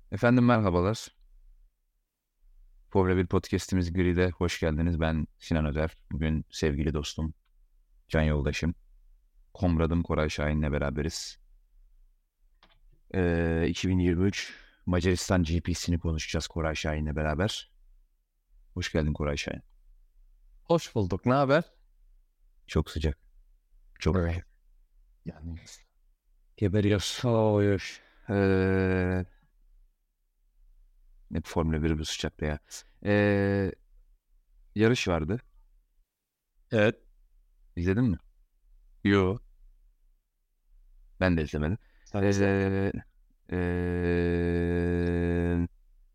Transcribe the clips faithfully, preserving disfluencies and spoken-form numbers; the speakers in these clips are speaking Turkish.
Efendim merhabalar. Formula bir podcast'imiz Gri'de hoş geldiniz. Ben Sinan Özer. Bugün sevgili dostum, can yoldaşım, komradım Koray Şahin'le beraberiz. Ee, iki bin yirmi üç Macaristan G P'sini konuşacağız Koray Şahin'le beraber. Hoş geldin Koray Şahin. Hoş bulduk. Ne haber? Çok sıcak. Çok Evet. Yani geberiyoruz. Oy. Ee, hep Formula bir bu sıcakta ya. Ee, yarış vardı. evet. İzledin mi? Yo. Ben de izlemedim. Sen izle. Ee, ee,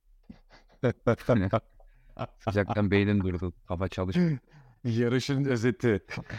Sıcaktan beynim durdu. Kafa çalışmıyor. Yarışın özeti.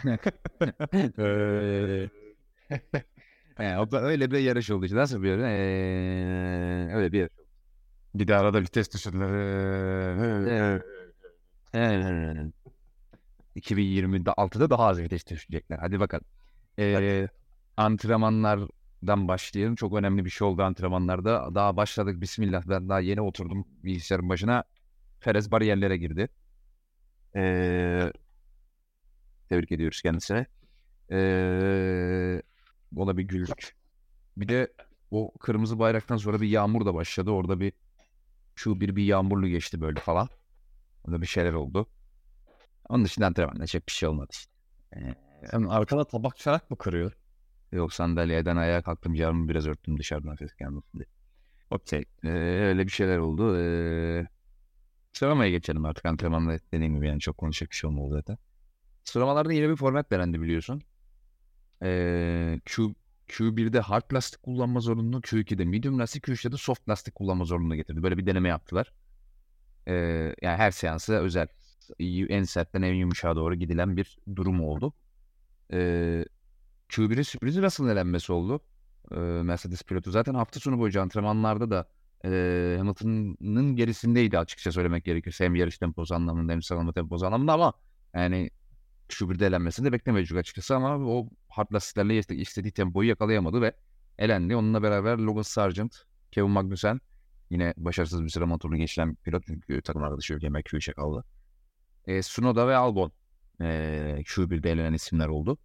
Eee, yani o- öyle bir yarış oldu işte. Nasıl bir yarış? Eee, öyle bir yarış oldu. Bir de arada vites düşürdüler. Eee, eee, iki bin yirmi altıda daha az vites düşecekler. Hadi bakalım. Eee, antrenmanlardan başlayalım. Çok önemli bir şey oldu antrenmanlarda. Daha başladık. Bismillah. Ben daha yeni oturdum bilgisayarın başına. Perez bariyerlere girdi. Eee, tebrik ediyoruz kendisine. Eee ona bir güldük. Bir de o kırmızı bayraktan sonra bir yağmur da başladı. Orada bir şu bir bir yağmurlu geçti böyle falan. Orada bir şeyler oldu. Onun dışında antrenmanda çok bir şey olmadı işte. Ee, Sen arkada tabak çanak mı kırıyor? yok sandalyeden ayağa kalktım. Camımı biraz örttüm dışarıdan ses gelmesin diye. Okey. Ee, öyle bir şeyler oldu. Ee, sıralamaya geçelim artık antrenmanda dediğim gibi yani çok konuşacak bir şey olmadı zaten. Sıralamalarda yeni bir format denendi biliyorsun. Ee, Q, Q birde hard lastik kullanma zorunluluğu, Q ikide medium lastik, Q üçte de soft lastik kullanma zorunluluğu getirdi. Böyle bir deneme yaptılar. Ee, yani her seansı özel. En sertten en yumuşağa doğru gidilen bir durum oldu. Ee, Q birin sürprizi Russell'ın elenmesi oldu. Ee, Mercedes pilotu zaten hafta sonu boyunca antrenmanlarda da e, Hamilton'ın gerisindeydi açıkça söylemek gerekirse. Hem yarış temposu anlamında hem sıralama temposu anlamında ama yani Q birde elenmesini de beklemiyorduk açıkçası ama o hard lastiklerle ist- istediği tempoyu yakalayamadı ve elendi. Onunla beraber Logan Sargent, Kevin Magnussen yine başarısız bir sıralama turunu geçilen pilot çünkü takım arkadaşı Hülkenberg Q üçe kaldı. E, Tsunoda ve Albon e, Q birde elenen isimler oldu.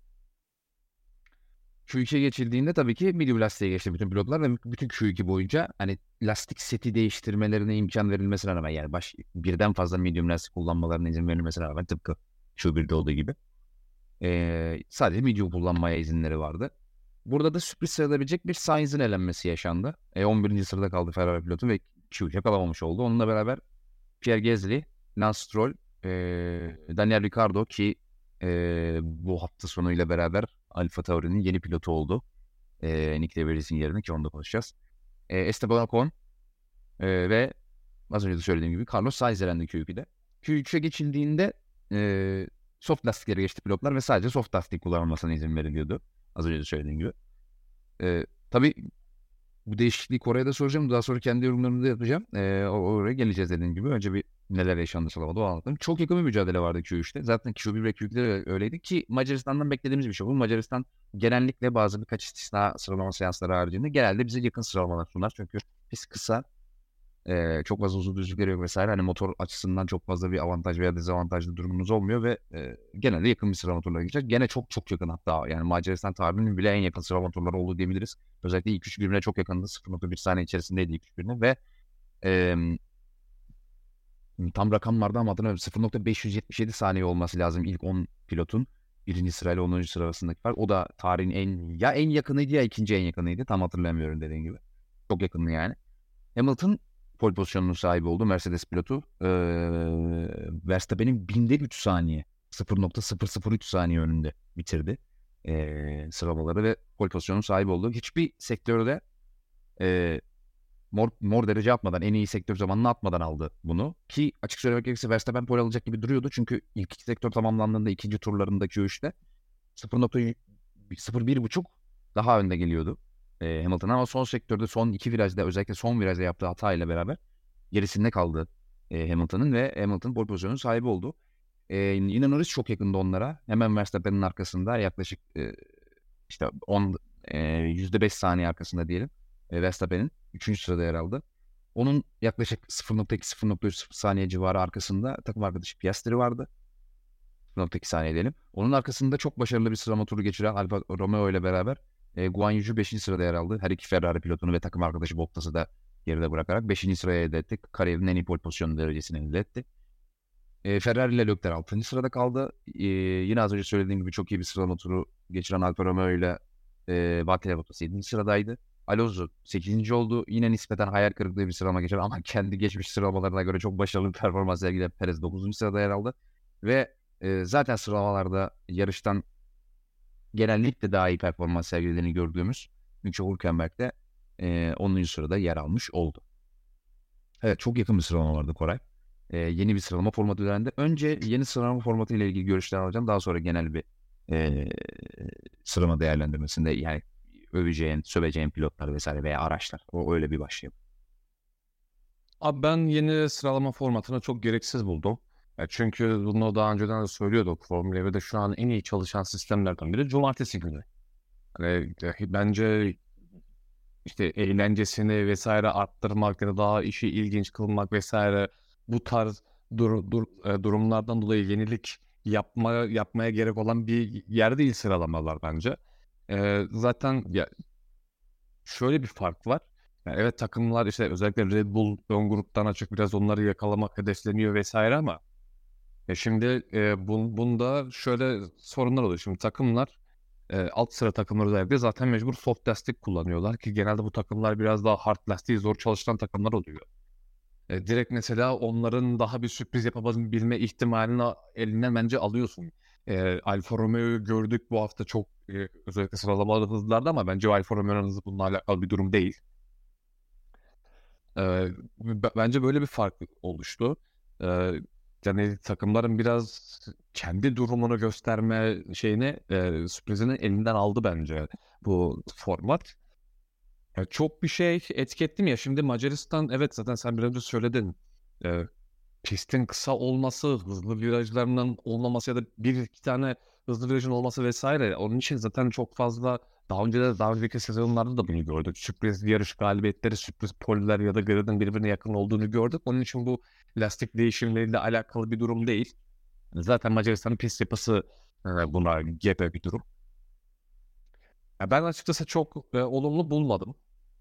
Q ikiye geçildiğinde tabii ki medium lastiğe geçti bütün pilotlar ve bütün Q iki boyunca hani lastik seti değiştirmelerine imkan verilmesine rağmen yani baş, birden fazla medium lastik kullanmalarına izin verilmesine rağmen tıpkı Q birde olduğu gibi e, sadece medium kullanmaya izinleri vardı. Burada da sürpriz sayılabilecek bir Sainz'in elenmesi yaşandı. E, on birinci sırada kaldı Ferrari pilotu ve Q üçe kalamamış oldu. Onunla beraber Pierre Gasly, Lance Stroll, e, Daniel Ricciardo ki e, bu hafta sonuyla beraber Alfa Tauri'nin yeni pilotu oldu. E, Nick DeVries'in yerine ki onu da konuşacağız. E, Esteban Ocon e, ve az önce de söylediğim gibi Carlos Sainz elendi Q ikide. Q üçe geçildiğinde e, soft lastiklere geçti pilotlar ve sadece soft lastik kullanılmasına izin veriliyordu. Az önce de söylediğim gibi. E, tabii bu değişikliği Kore'ye de soracağım. Daha sonra kendi yorumlarımı da yapacağım. Ee, oraya geleceğiz dediğim gibi. Önce bir neler yaşandı sıralamada o anlatalım. Çok yakın bir mücadele vardı Q üçte. Zaten Q bir ve Q ikide öyleydi ki Macaristan'dan beklediğimiz bir şey bu. Macaristan genellikle bazı birkaç istisna sıralama seansları haricinde genelde bize yakın sıralamalar sunar. Çünkü biz kısa ee, çok fazla uzun düzlükleri yok vesaire. Hani motor açısından çok fazla bir avantaj veya dezavantajlı durumunuz olmuyor ve e, genelde yakın bir sıralama turlarına geçecek. Gene çok çok yakın hatta yani Macaristan tarihinin bile en yakın sıralama turları olduğu diyebiliriz. Özellikle ilk üç birbirine çok yakındı. sıfır nokta bir saniye içerisindeydi ilk üç birbirine ve e, tam rakam vardı ama hatırlamıyorum. sıfır nokta beş yüz yetmiş yedi saniye olması lazım ilk on pilotun. Birinci sırayla onuncu sıra arasındaki fark. O da tarihin en ya en yakınıydı ya ikinci en yakınıydı. Tam hatırlamıyorum dediğim gibi. Çok yakındı yani. Hamilton pole pozisyonunun sahibi oldu. Mercedes pilotu. Ee, Verstappen'in binde üç saniye. sıfır nokta sıfır sıfır üç saniye önünde bitirdi. Ee, sıralamaları ve pole pozisyonunun sahibi oldu. Hiçbir sektörde e, mor, mor derece atmadan, en iyi sektör zamanını atmadan aldı bunu. Ki açık söylemek gerekirse Verstappen pole alacak gibi duruyordu. Çünkü ilk iki sektör tamamlandığında ikinci turlarında Q üçte sıfır nokta sıfır bir buçuk daha önde geliyordu e, Hamilton ama son sektörde son iki virajda özellikle son virajda yaptığı hatayla beraber gerisinde kaldı e, Hamilton'ın ve Hamilton pole pozisyonunun sahibi oldu. E, yine Norris çok yakındı onlara. Hemen Verstappen'in arkasında yaklaşık e, işte on e, yüzde beş saniye arkasında diyelim. E, Verstappen'in üçüncü sırada yer aldı. Onun yaklaşık sıfır nokta iki sıfır nokta üç saniye civarı arkasında takım arkadaşı Piastri vardı. sıfır nokta iki saniye diyelim. Onun arkasında çok başarılı bir sıralama turu geçiren Alfa Romeo ile beraber e, Guan Yu beşinci sırada yer aldı. Her iki Ferrari pilotunu ve takım arkadaşı Bottas'ı da geride bırakarak beşinci sıraya elde etti. Kariyerin en iyi pole pozisyonu derecesini elde etti. E, Ferrari ile Leclerc altıncı sırada kaldı. E, yine az önce söylediğim gibi çok iyi bir sıralama turu geçiren Alfa Romeo ile e, Valtteri Bottas yedinci sıradaydı. Alonso sekizinci oldu. Yine nispeten hayal kırıklığı bir sıralama geçiren ama kendi geçmiş sıralamalarına göre çok başarılı bir performans sergileyen Perez dokuzuncu sırada yer aldı. Ve e, zaten sıralamalarda yarıştan genellikle daha iyi performans sergilediğini gördüğümüz Nico Hülkenberg de e, onuncu sırada yer almış oldu. Evet, çok yakın bir sıralama vardı Koray. E, yeni bir sıralama formatı öğrendi. Önce yeni sıralama formatı ile ilgili görüşler alacağım. Daha sonra genel bir e, sıralama değerlendirmesinde yani öveceğin, söveceğin pilotlar vesaire veya araçlar. O öyle bir başlayalım. Abi ben yeni sıralama formatını çok gereksiz buldum. Ya çünkü bunu daha önceden de söylüyorduk. Formula birde şu an en iyi çalışan sistemlerden biri cumartesi günü. Hani e, bence işte eğlencesini vesaire arttırmak ya da daha işi ilginç kılmak vesaire bu tarz dur, dur, e, durumlardan dolayı yenilik yapma, yapmaya gerek olan bir yer değil sıralamalar bence. E, zaten ya şöyle bir fark var. Yani evet takımlar işte özellikle Red Bull ön gruptan açık biraz onları yakalamak hedefleniyor vesaire ama ya şimdi e, bun, bunda şöyle sorunlar oluyor. Şimdi takımlar e, alt sıra takımları özellikle zaten mecbur soft lastik kullanıyorlar ki genelde bu takımlar biraz daha hard lastiği zor çalışan takımlar oluyor. E, direkt mesela onların daha bir sürpriz yapabilme ihtimalini eline bence alıyorsun. E, Alfa Romeo'yu gördük bu hafta çok e, özellikle sıralamalı hızlılardı ama bence Alfa Romeo'nun hızı bununla alakalı bir durum değil. E, b- Bence böyle bir fark oluştu. E, Yani takımların biraz kendi durumunu gösterme şeyini, e, sürprizini elinden aldı bence bu format. Ya çok bir şey etikettim ya şimdi Macaristan evet zaten sen biraz önce söyledin. E, Pistin kısa olması, hızlı virajlarının olmaması ya da bir iki tane hızlı virajın olması vesaire. Onun için zaten çok fazla daha önce de daha önceki sezonlarda da bunu gördük. Sürpriz yarış galibiyetleri, sürpriz poller ya da gridin birbirine yakın olduğunu gördük. Onun için bu lastik değişimleriyle alakalı bir durum değil. Zaten Macaristan'ın pist yapısı e, buna gebe bir durum. Ya ben açıkçası çok e, olumlu bulmadım.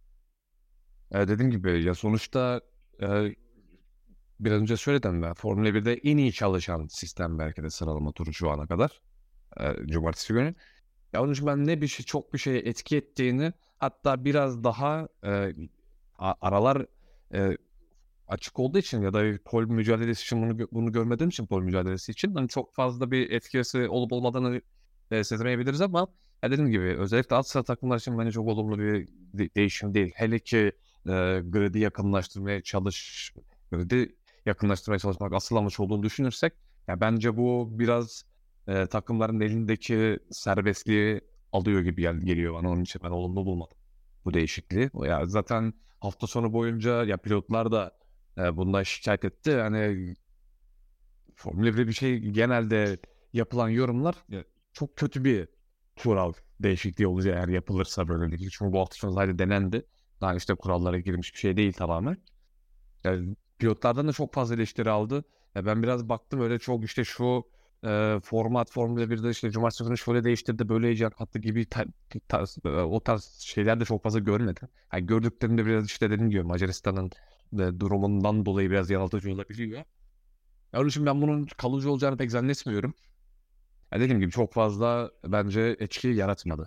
E, dediğim gibi ya sonuçta e, biraz önce söyledim ben. Formula birde en iyi çalışan sistem belki de sıralama turu şu ana kadar. E, cumartesi günü. Ya onun için ben ne bir şey çok bir şeye etki ettiğini hatta biraz daha e, a- aralar e, açık olduğu için ya da pol mücadelesi için bunu, gö- bunu görmediğim için pol mücadelesi için hani çok fazla bir etkisi olup olmadığını e, sezemeyebiliriz ama ya dediğim gibi özellikle alt sıra takımlar için bence çok olumlu bir de- değişim değil. Hele ki e, grid'i yakınlaştırmaya çalış grid'i yakınlaştırmaya çalışmak asıl amaç olduğunu düşünürsek ya bence bu biraz e, takımların elindeki serbestliği alıyor gibi gel geliyor bana. Onun için ben olumlu bulmadım bu değişikliği. Ya zaten hafta sonu boyunca ya pilotlar da e, bundan şikayet etti. Hani Formula birde bir şey genelde yapılan yorumlar ya, çok kötü bir kural değişikliği olacak eğer yapılırsa böyle bir şey. Çünkü bu hafta sonu zaten denendi. Daha işte kurallara girmiş bir şey değil tamamen. Yani pilotlardan da çok fazla eleştiri aldı. Ya ben biraz baktım öyle çok işte şu e, format Formula birde işte cumartesi günü şöyle değiştirdi böyle heyecan kattı gibi ta- tarz- e, o tarz şeyler de çok fazla görmedim. Yani gördüklerimde biraz işte dediğim gibi Macaristan'ın e, durumundan dolayı biraz yanıltıcı olabiliyor. Ya onun için ben bunun kalıcı olacağını pek zannetmiyorum. Ya dediğim gibi çok fazla bence etki yaratmadı.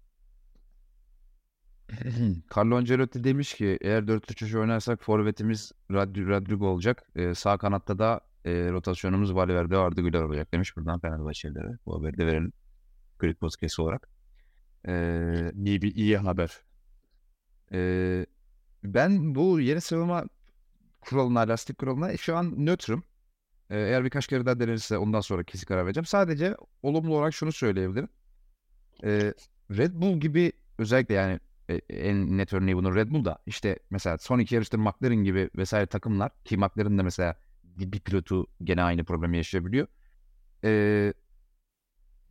Carlo Ancelotti demiş ki eğer dört üç üç oynarsak forvetimiz Rodri- Rodrigo olacak. Ee, sağ kanatta da e, rotasyonumuz Valverde Arda Güler olacak demiş. Buradan Fenerbahçelilere bu haberi de verelim. Grid Podcast olarak. Ee, İyi bir iyi haber. e, Ben bu yeni sıralama kuralına, lastik kuralına şu an nötrüm. Ee, eğer birkaç kere daha denirse ondan sonra kesin karar vereceğim. Sadece olumlu olarak şunu söyleyebilirim. Ee, Red Bull gibi özellikle yani e, en net örneği bunun Red Bull da işte mesela son iki yarışta McLaren gibi vesaire takımlar ki McLaren de mesela bir, bir pilotu gene aynı problemi yaşayabiliyor. Ee,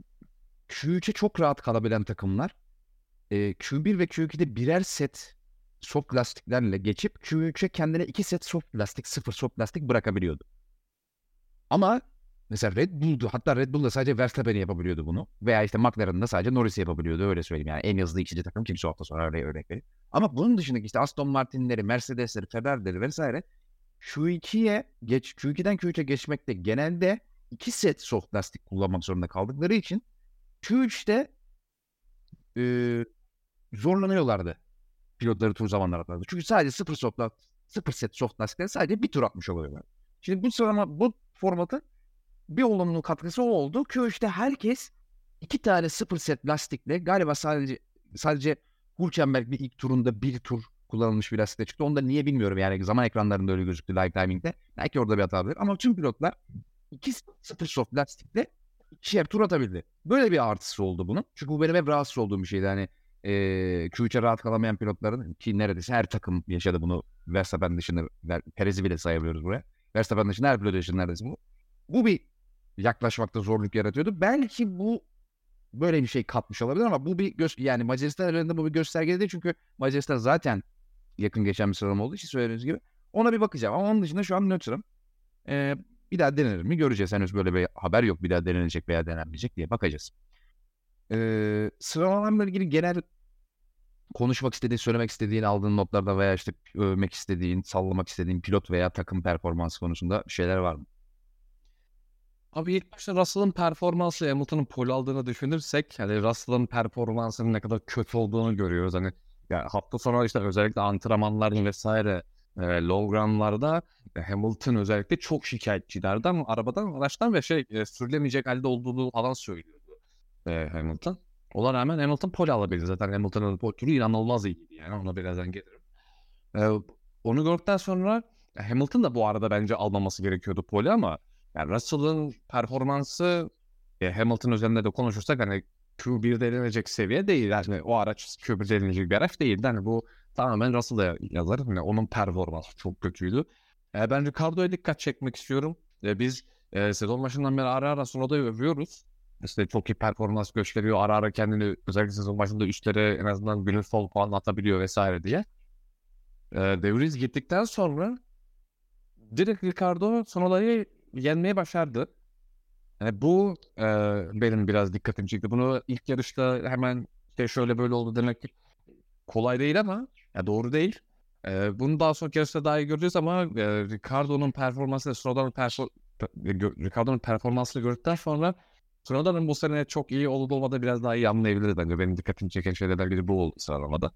Q üçe çok rahat kalabilen takımlar e, Q bir ve Q ikide birer set soft lastiklerle geçip Q üçe kendine iki set soft lastik, sıfır soft lastik bırakabiliyordu. Ama mesela Red Bull'du. Hatta Red Bull'da sadece Verstappen'i yapabiliyordu bunu. Veya işte McLaren'da sadece Norris'i yapabiliyordu. Öyle söyleyeyim yani. En hızlı ikinci takım kimse hafta sonra öyle örnek vereyim. Ama bunun dışındaki işte Aston Martin'leri, Mercedes'leri, Ferrari'leri vesaire Q ikiye geç, Q ikiden Q üçe geçmekte genelde iki set soft lastik kullanmak zorunda kaldıkları için Q üçte e, zorlanıyorlardı pilotları tur zamanlarında. Çünkü sadece sıfır soft lastik, sıfır set soft lastikleri sadece bir tur atmış oluyorlar. Şimdi bu sıralama, bu formatı bir olumlu katkısı o oldu. Q üçte herkes iki tane sıfır set lastikle galiba sadece sadece Hülkenberg bir ilk turunda bir tur kullanılmış bir lastikle çıktı. Onu da niye bilmiyorum yani zaman ekranlarında öyle gözüktü live timing'de. Belki orada bir hata olabilir ama tüm pilotlar iki sıfır soft lastikle ikişer tur atabildi. Böyle bir artısı oldu bunun. Çünkü bu benim hep rahatsız olduğum bir şeydi. Hani e, Q üçe rahat kalamayan pilotların ki neredeyse her takım yaşadı bunu. Verstappen dışında Perez'i bile sayabiliyoruz buraya. Verstappen dışında her pilot yaşadı neredeyse bu. Bu bir yaklaşmakta zorluk yaratıyordu. Belki bu böyle bir şey katmış olabilir ama bu bir gö- yani Macaristan üzerinde bu bir gösterge değil çünkü Macaristan zaten yakın geçen bir sıralama olduğu için söylediğiniz gibi ona bir bakacağım ama onun dışında şu an nötrüm. Ee, bir daha denenir mi göreceğiz. Henüz böyle bir haber yok bir daha denenecek veya denenmeyecek diye bakacağız. Ee, sıralamalarla ilgili genel konuşmak istediğin, söylemek istediğin, aldığın notlarda veya işte övmek istediğin, sallamak istediğin pilot veya takım performansı konusunda şeyler var mı? Abi ilk başta Russell'ın performansı Hamilton'ın pole aldığını düşünürsek hani Russell'ın performansının ne kadar kötü olduğunu görüyoruz. Hani ya hafta sonu işte özellikle antrenmanlar vesaire e, long run'larda e, Hamilton özellikle çok şikayetçilerdi ama arabadan araçtan ve şey e, sürülemeyecek halde olduğunu falan söylüyordu e, Hamilton. Ona rağmen Hamilton pole alabildi. Zaten Hamilton'ın pole turu inanılmaz iyiydi yani ona birazdan gelirim. E, onu gördükten sonra Hamilton da bu arada bence almaması gerekiyordu pole ama yani Russell'ın performansı e, Hamilton üzerinde de konuşursak hani Q bir'de denilecek seviye değil. Yani o araç Q bir'de denilecek bir araç değildi. Hani bu tamamen Russell'a yazarım. Yani onun performansı çok kötüydü. E, ben Ricardo'ya dikkat çekmek istiyorum. E, biz e, sezon başından beri ara ara Sonoda'yı övüyoruz. İşte çok iyi performans gösteriyor. Ara ara kendini özellikle sezon başında üstlere en azından günün sol puan atabiliyor vesaire diye. E, De Vries gittikten sonra direkt Ricardo Sonoda'yı yenmeye başardı. Yani bu e, benim biraz dikkatimi çekti. Bunu ilk yarışta hemen işte şöyle böyle oldu demek ki kolay değil ama ya doğru değil. E, bunu daha sonraki yarışta daha iyi göreceğiz ama e, Ricardo'nun performansı, Tsunoda'nın perfor Ricardo'nun performansını gördükten sonra Tsunoda'nın bu sene çok iyi olup olmadığı biraz daha iyi anlayabiliriz bence. Benim dikkatimi çeken şeylerden biri bu oldu sıralamada.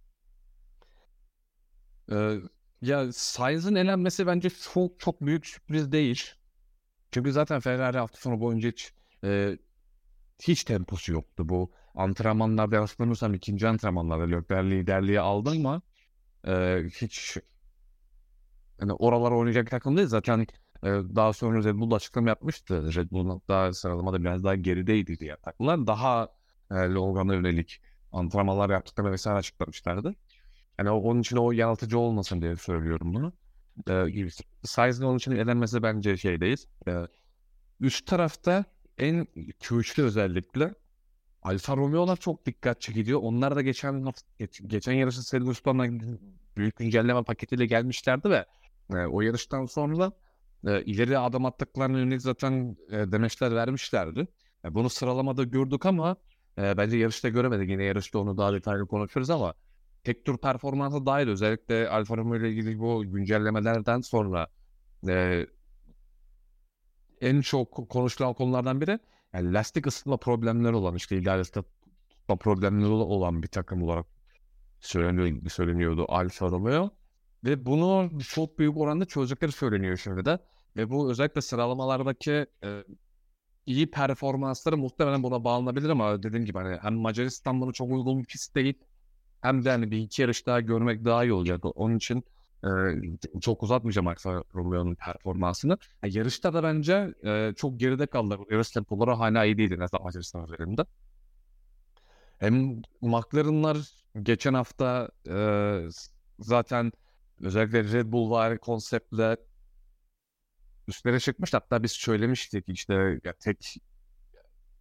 E, ya Sainz'ın elenmesi bence çok çok büyük sürpriz değil. Çünkü zaten Ferrari hafta sonu boyunca hiç e, hiç temposu yoktu bu. Antrenmanlarda hatırlamıyorsam ikinci antrenmanlarda Leclerc liderliği aldı ama e, hiç yani oralara oynayacak takım değil. Zaten e, daha sonra Red Bull açıklama yapmıştı. Red Bull'un daha sıralamada biraz daha gerideydi diye takımlar. Daha e, Logan'a yönelik antrenmanlar yaptıklarını vesaire açıklamışlardı. Yani o- onun için o yanıltıcı olmasın diye söylüyorum bunu. E, Sainz'in onun için elenmesi bence şey değil. E, üst tarafta en Q üçlü özellikle Alfa Romeo'lar çok dikkat çekiyor. Onlar da geçen hafta, geç- geçen yarışı Silverstone'la büyük güncelleme paketiyle gelmişlerdi ve e, o yarıştan sonra e, ileri adım attıklarına yönelik zaten e, demeçler vermişlerdi. E, bunu sıralamada gördük ama e, bence yarışta göremedik. Yine yarışta onu daha detaylı konuşuruz ama tek tur performansı dahil özellikle Alfa Romeo ile ilgili bu güncellemelerden sonra e, en çok konuşulan konulardan biri yani lastik ısıtma problemleri olan işte ideal ısıtma problemleri olan bir takım olarak söyleniyor, söyleniyordu Alfa Romeo. Ve bunu çok büyük oranda çözdükleri söyleniyor şimdi de. Ve bu özellikle sıralamalardaki e, iyi performansları muhtemelen buna bağlanabilir ama dediğim gibi hani hem Macaristan bunu çok uygun bir pist değil hem de hani bir iki yarış daha görmek daha iyi olacak. Onun için e, çok uzatmayacağım Alfa Romeo'nun performansını. Ha, yarışta da bence e, çok geride kaldılar. Yarış tempoları hala iyi değildi mesela Macaristan üzerinde. Hem McLaren'lar geçen hafta e, zaten özellikle Red Bull var konseptle üstlere çıkmış. Hatta biz söylemiştik işte ya tek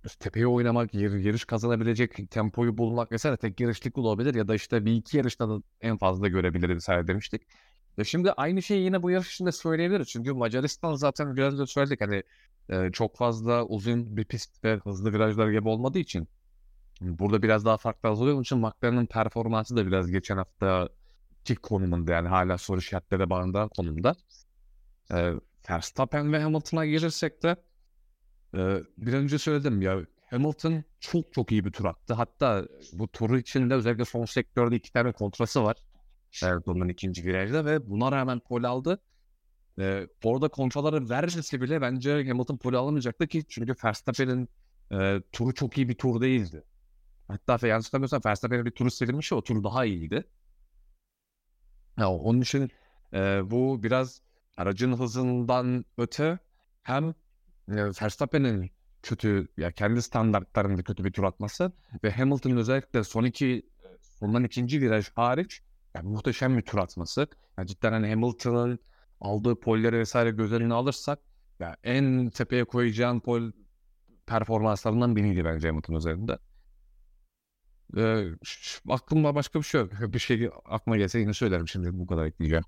tepeye oynamak, yar- yarış kazanabilecek tempoyu bulmak vesaire tek yarışlık olabilir ya da işte bir iki yarışta da en fazla görebiliriz vesaire demiştik. Ve şimdi aynı şeyi yine bu yarış için de söyleyebiliriz. Çünkü Macaristan zaten biraz da söyledik hani e, çok fazla uzun bir pist ve hızlı virajlar gibi olmadığı için burada biraz daha farklı oluyor. Onun için McLaren'ın performansı da biraz geçen hafta konumunda yani hala soru işaretleri barındıran konumda. E, Verstappen ve Hamilton'a gelirsek de e, bir önce söyledim ya Hamilton çok çok iyi bir tur attı. Hatta bu turu içinde özellikle son sektörde iki tane kontrası var. Erdoğan'ın ikinci virajda ve buna rağmen pole aldı. E, orada kontraları vermesi bile bence Hamilton pole alamayacaktı ki çünkü Verstappen'in e, turu çok iyi bir tur değildi. Hatta yanlış hatırlamıyorsam Verstappen'in bir turu silinmiş o tur daha iyiydi. Ya, onun için e, bu biraz aracın hızından öte hem e, Verstappen'in kötü ya kendi standartlarında kötü bir tur atması ve Hamilton'ın özellikle son iki sondan ikinci viraj hariç yani muhteşem bir tur atması. Yani cidden hani Hamilton'ın aldığı polleri vesaire göz önüne alırsak ya en tepeye koyacağın pol performanslarından biriydi bence Hamilton üzerinde. Ee, ş- aklımda başka bir şey yok. Bir şey aklıma gelse yine söylerim şimdi bu kadar ekleyeceğim.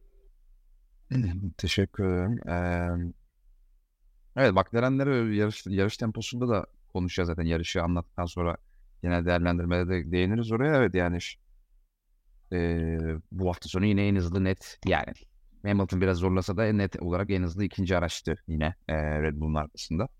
Teşekkür ederim. Ee, evet McLaren'lere yarış, yarış temposunda da konuşacağız zaten yarışı anlattıktan sonra genel değerlendirmede de değiniriz oraya. Evet yani ş- ee, bu hafta sonu yine en hızlı net yani Hamilton biraz zorlasa da net olarak en hızlı ikinci araçtı yine ee, Red Bull'un arkasında.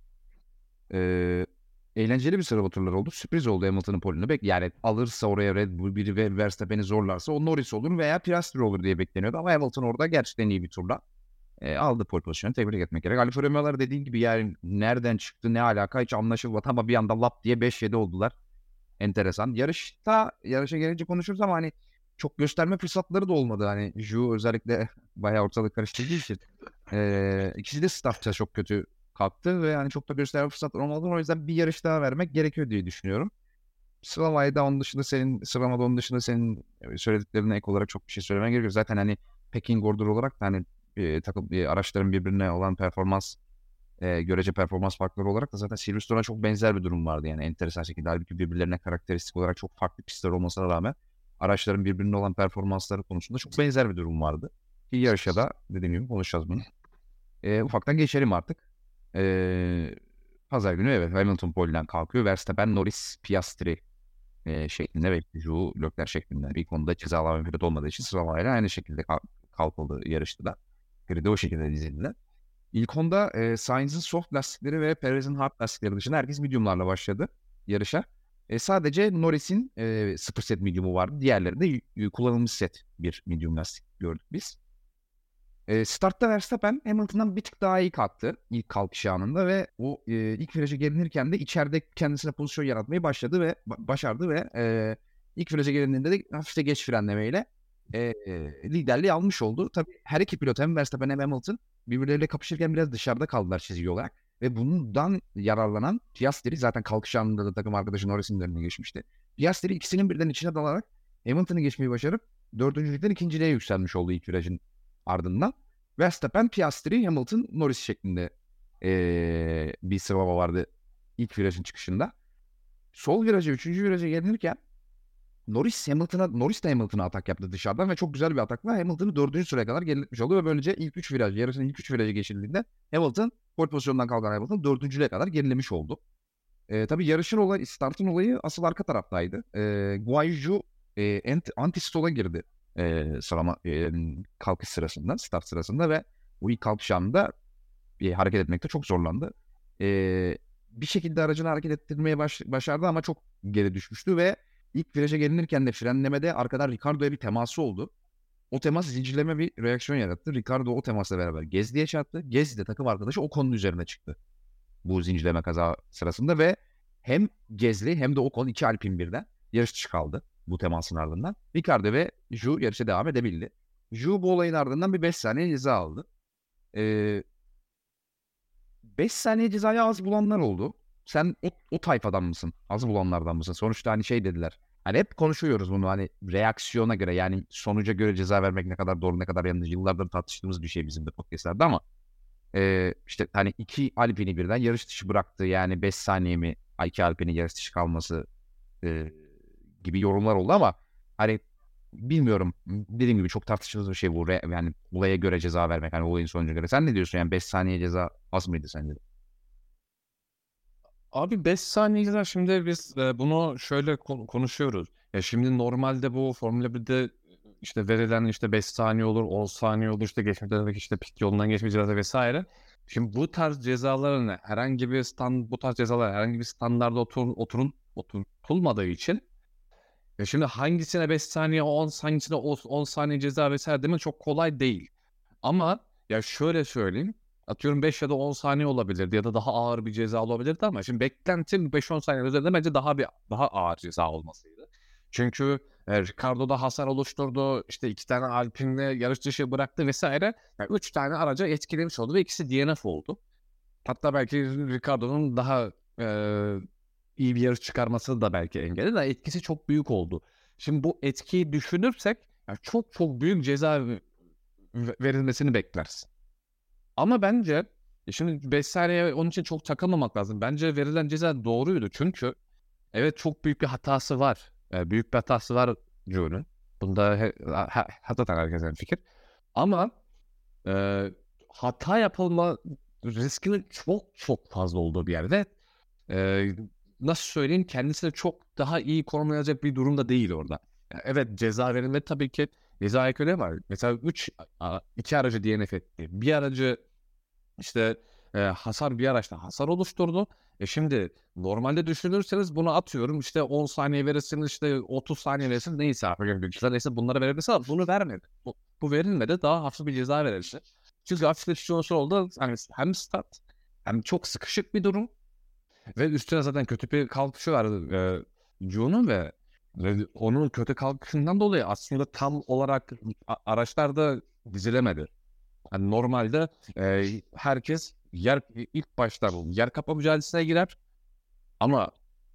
Ee, eğlenceli bir sıralama turları oldu. Sürpriz oldu Hamilton'ın polini. Bek yani alırsa oraya Red Bull biri ve Verstappen'i zorlarsa o Norris olur veya Piastri olur diye bekleniyordu. Ama Hamilton orada gerçekten iyi bir turla e, aldı pole pozisyonu. Tebrik etmek gerek. Alfa Romeo'lar dediğin gibi yani nereden çıktı ne alaka hiç anlaşılmadı ama bir anda lap diye beş yedi oldular. Enteresan. Yarışta yarışa gelince konuşuruz ama hani çok gösterme fırsatları da olmadı. Hani Ju özellikle bayağı ortalık karıştırdığı için. E, ikisi de startça çok kötü kalktı ve yani çok da gösterme fırsatları olmadı. O yüzden bir yarış daha vermek gerekiyor diye düşünüyorum. Sıralama'yı da onun dışında senin sıralamada onun dışında senin söylediklerine ek olarak çok bir şey söylemen gerekiyor. Zaten hani pecking order olarak da hani e, takım e, araçların birbirine olan performans e, görece performans farkları olarak da zaten Silverstone'a çok benzer bir durum vardı yani enteresan şekilde. Halbuki birbirlerine karakteristik olarak çok farklı pistler olmasına rağmen araçların birbirine olan performansları konusunda çok benzer bir durum vardı. Ki yarışa da dediğim gibi konuşacağız bunu. E, ufaktan geçelim artık. E, Pazar günü evet Hamilton pole'den kalkıyor. Verstappen, Norris, Piastri e, şeklinde ve Ju Leclerc şeklinde. Bir konuda cezalama pilot olmadığı için sıralamayla aynı şekilde kal- kalkıldı yarışta da. Grid'e o şekilde dizildiler. İlk onda e, Sainz'in soft lastikleri ve Perez'in hard lastikleri dışında herkes medium'larla başladı yarışa. E, sadece Norris'in e, sıfır set medium'u vardı. Diğerleri de y- y- kullanılmış set bir medium lastik gördük biz. E, startta Verstappen Hamilton'dan bir tık daha iyi kalktı ilk kalkış anında ve o e, ilk viraja gelinirken de içeride kendisine pozisyon yaratmayı başladı ve ba- başardı ve e, ilk viraja gelindiğinde de hafifçe geç frenlemeyle e, e, liderliği almış oldu. Tabii her iki pilot hem Verstappen hem Hamilton birbirleriyle kapışırken biraz dışarıda kaldılar çizgi olarak ve bundan yararlanan Piastri zaten kalkış anında da takım arkadaşı Norris'in de önüne geçmişti. Piastri ikisinin birden içine dalarak Hamilton'ı geçmeyi başarıp dördüncülükten ikinciliğe yükselmiş oldu ilk virajın ardından. Verstappen, Piastri, Hamilton, Norris şeklinde ee, bir sıralama vardı ilk virajın çıkışında. Sol viraja, üçüncü viraja gelinirken Norris Hamilton'a Norris de Hamilton'a atak yaptı dışarıdan ve çok güzel bir atakla Hamilton'ı dördüncü sıraya kadar geriletmiş oldu ve böylece ilk üç viraj, yarışın ilk üç virajı geçildiğinde Hamilton, pole pozisyondan kalkan Hamilton dördüncülüğe kadar gerilemiş oldu. E, tabii yarışın olayı, startın olayı asıl arka taraftaydı. E, Guan Yu e, anti, anti-stall'a girdi e, sıralama e, kalkış sırasında, start sırasında ve bu ilk kalkış anında e, hareket etmekte çok zorlandı. E, bir şekilde aracını hareket ettirmeye baş, başardı ama çok geri düşmüştü ve ilk viraja gelinirken de frenlemede arkadan Ricardo'ya bir teması oldu. O temas zincirleme bir reaksiyon yarattı. Ricardo o temasla beraber Gezdi'ye çarptı. Gezdi de takım arkadaşı o konunun üzerine çıktı bu zincirleme kaza sırasında ve hem Gezli hem de Ocon iki Alpine birden yarış dışı kaldı bu temasın ardından. Ricardo ve Ju yarışa devam edebildi. Ju bu olayın ardından bir beş saniye ceza aldı. Ee, beş saniye cezayı az bulanlar oldu. Sen o, o tayfadan mısın? Az bulanlardan mısın? Sonuçta hani şey dediler. Hani hep konuşuyoruz bunu hani reaksiyona göre yani sonuca göre ceza vermek ne kadar doğru ne kadar yanlış. Yıllardır tartıştığımız bir şey bizim de podcastlerde ama Ee, işte hani iki Alpine'i birden yarış dışı bıraktı yani beş saniye mi iki Alpine'in yarış dışı kalması e, gibi yorumlar oldu ama hani bilmiyorum. Dediğim gibi çok tartışılır bir şey bu. Re- Yani olaya göre ceza vermek. Hani olayın sonucuna göre. Sen ne diyorsun? Yani beş saniye ceza az mıydı sence de? Abi beş saniyeler, şimdi biz e, bunu şöyle kon- konuşuyoruz. Ya şimdi normalde bu Formula birde işte verilen işte beş saniye olur, on saniye olur, işte geçmeden işte pit yolundan geçme cezası vesaire. Şimdi bu tarz cezaların herhangi bir stand bu tarz cezalar herhangi bir standarda otur, oturun oturtulmadığı için, ya şimdi hangisine beş saniye, on hangisine on saniye ceza vesaire demek çok kolay değil. Ama ya şöyle söyleyeyim. Atıyorum beş ya da on saniye olabilirdi ya da daha ağır bir ceza olabilirdi ama şimdi beklentim beş on saniye üzerinde bence daha bir daha ağır ceza olmasıydı. Çünkü e, Ricardo da hasar oluşturdu. İşte iki tane Alpine'le yarış dışı bıraktı vesaire. Yani üç tane araca etkilemiş oldu ve ikisi D N F oldu. Hatta belki Ricardo'nun daha e, iyi bir yarış çıkarması da belki engelledi de etkisi çok büyük oldu. Şimdi bu etkiyi düşünürsek ya çok çok büyük ceza v- verilmesini beklersin. Ama bence e şimdi beş saniye onun için çok takılmamak lazım. Bence verilen ceza doğruydu. Çünkü evet çok büyük bir hatası var. E, büyük bir hatası var Joe'nun. Bunda he, ha, hakikaten herkesin fikir. Ama e, hata yapılma riskinin çok çok fazla olduğu bir yerde. E, nasıl söyleyeyim, kendisine çok daha iyi korumayacak bir durumda değil orada. Yani evet, ceza verilmedi tabii ki. Ceza ekleri var. Mesela üç iki aracı D N F etti. Bir aracı işte e, hasar bir araçta hasar oluşturdu. E şimdi normalde düşünürseniz bunu atıyorum işte on saniye verirsiniz, işte otuz saniye verirsiniz, neyse artık bilgisayar neyse bunları verebilirsin ama bunu vermedi. Bu, bu verilmedi, daha hafif bir ceza verildi. Çünkü hafifletici unsur oldu. Hani hem start hem çok sıkışık bir durum ve üstüne zaten kötü bir kalkışı vardı e, June'un ve, ve onun kötü kalkışından dolayı aslında tam olarak a- araçlarda dizilemedi. Yani normalde e, herkes yer ilk başta bu yer kapma mücadelesine girer ama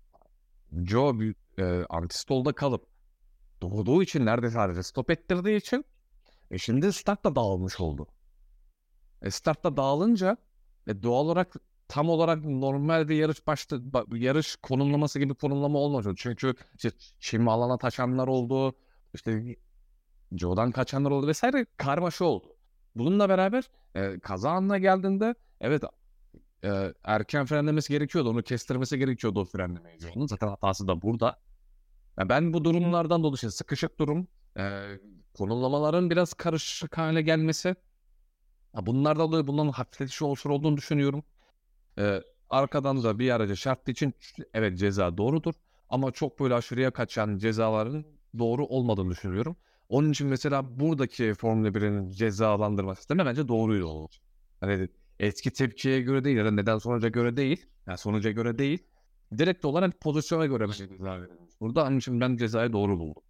Joe bir e, antistolda kalıp doğduğu için, neredeyse sadece stop ettirdiği için e, şimdi start da dağılmış oldu. E, start da dağılınca e, doğal olarak tam olarak normal bir yarış başta ba- yarış konumlaması gibi konumlama olmadı. Çünkü işte şimdi alana taşanlar oldu. İşte Joe'dan kaçanlar oldu vesaire, karmaşa oldu. Bununla beraber e, kaza anına geldiğinde evet, e, erken frenlemesi gerekiyordu. Onu kestirmesi gerekiyordu o frenlemeyi Joe'nun. Zaten hatası da burada. Ya ben bu durumlardan dolayı işte sıkışık durum, e, konumlamaların biraz karışık hale gelmesi. Ha, bunlardan dolayı bunların hafifletici unsur olduğunu düşünüyorum. E, arkadan da bir araca çarptığı için evet ceza doğrudur. Ama çok böyle aşırıya kaçan cezaların doğru olmadığını düşünüyorum. Onun için mesela buradaki Formula birin cezalandırma sistemi bence doğruydu onun için. Hani etki tepkiye göre değil ya da neden sonuca göre değil. Yani sonuca göre değil. Direkt olarak pozisyona göre bir ceza verilmiş. Burada onun için ben cezayı doğru buldum.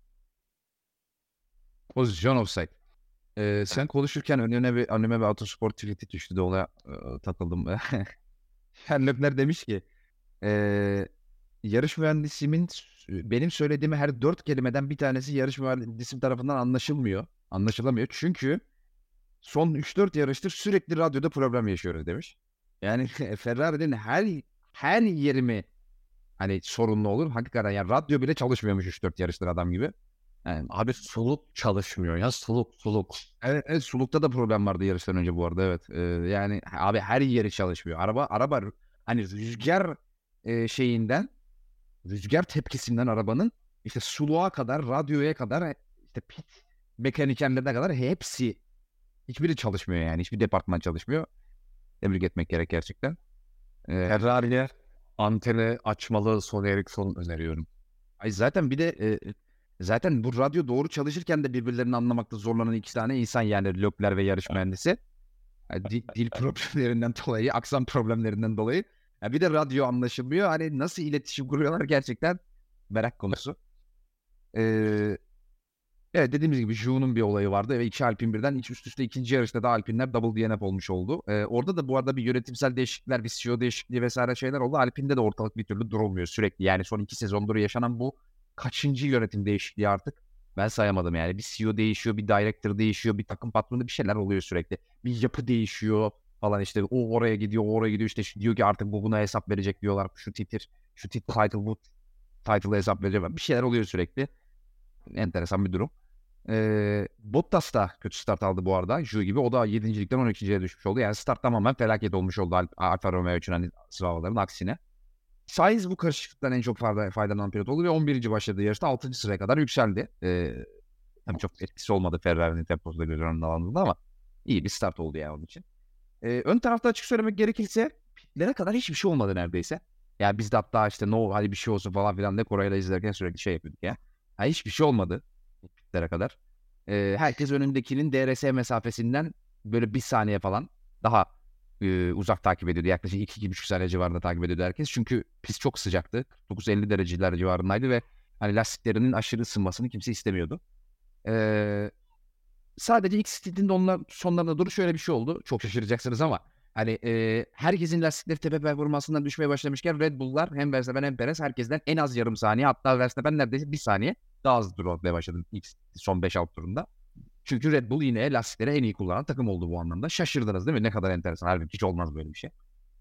Pozisyon offside. Ee, sen konuşurken önüne bir önüme bir Autosport tweet'i düştü de ona e, takıldım. Herlöpler demiş ki e, yarış mühendisimin benim söylediğim her dört kelimeden bir tanesi yarış mühendisim tarafından anlaşılmıyor. Anlaşılamıyor. Çünkü son üç dört yarıştır sürekli radyoda problem yaşıyoruz demiş. Yani Ferrari'nin her her yerimi hani sorunlu olur. Hakikaten yani radyo bile çalışmıyormuş üç dört yarıştır adam gibi. Yani, Abi soluk çalışmıyor ya, soluk soluk. evet, evet, sulukta da problem vardı yarıştan önce bu arada, evet. Ee, yani abi her yeri çalışmıyor. Araba araba hani rüzgar e, şeyinden rüzgar tepkisinden arabanın işte suluğa kadar, radyoya kadar, işte pit mekanikerlerine kadar hepsi, hiçbiri çalışmıyor yani. Hiçbir departman çalışmıyor. Tebrik etmek gerek gerçekten. Ee, Ferrari'ye anteni açmalı Sony Ericsson öneriyorum. ay zaten bir de e, zaten bu radyo doğru çalışırken de birbirlerini anlamakta zorlanan iki tane insan, yani Lökler ve yarış mühendisi. Yani dil, dil problemlerinden dolayı, aksan problemlerinden dolayı. Ya bir de radyo anlaşılmıyor. Hani nasıl iletişim kuruyorlar gerçekten merak konusu. Ee, evet, dediğimiz gibi Zhou'nun bir olayı vardı ve iki Alpine birden iç üst üste ikinci yarışta da Alpine'ler double D N F olmuş oldu. Ee, orada da bu arada bir yönetimsel değişiklikler, bir C E O değişikliği vesaire şeyler oldu. Alpine'de de ortalık bir türlü durulmuyor sürekli. Yani son iki sezondur yaşanan bu kaçıncı yönetim değişikliği artık? Ben sayamadım yani. Bir C E O değişiyor, bir director değişiyor, bir takım patronu, bir şeyler oluyor sürekli. Bir yapı değişiyor. falan işte o oraya gidiyor, o oraya gidiyor işte şu- diyor ki artık bu buna hesap verecek diyorlar. Şu titir, şu tit title bu title'a hesap verecek. Bir şeyler oluyor sürekli. Enteresan bir durum. Ee, Bottas da kötü start aldı bu arada. Ju gibi. O da yedincilikten on ikinciye düşmüş oldu. Yani start tamamen felaket olmuş oldu Al- Alfa Romeo için hani sıralamaların aksine. Sainz bu karışıklıktan en çok fayda, faydalanan pilot oldu ve on birinci başladığı yarışta altıncı sıraya kadar yükseldi. Ee, tabii çok etkisi olmadı Ferrari'nin temposunda göz önünde alındığında ama iyi bir start oldu yani onun için. Ee, ön tarafta açık söylemek gerekirse pitlere kadar hiçbir şey olmadı neredeyse. Yani biz de hatta işte no hadi bir şey olsun falan filan de Koray'la izlerken sürekli şey yapıyorduk ya. Ha, hiçbir şey olmadı pitlere kadar. Ee, herkes önündekinin D R S mesafesinden böyle bir saniye falan daha e, uzak takip ediyordu. Yaklaşık iki iki buçuk saniye civarında takip ediyordu herkes. Çünkü pist çok sıcaktı. kırk dokuz elli dereceler civarındaydı ve hani lastiklerinin aşırı ısınmasını kimse istemiyordu. Ee, Sadece ilk stintinde onlar sonlarına doğru şöyle bir şey oldu. Çok şaşıracaksınız ama hani e, herkesin lastikleri tepe performansından düşmeye başlamışken Red Bull'lar hem Verstappen hem Perez herkesten en az yarım saniye, hatta Verstappen neredeyse bir saniye daha hızlı tur atmaya başladı ilk son beş altı turunda. Çünkü Red Bull yine lastikleri en iyi kullanan takım oldu bu anlamda. Şaşırdınız değil mi? Ne kadar enteresan. Halbuki hiç olmaz böyle bir şey.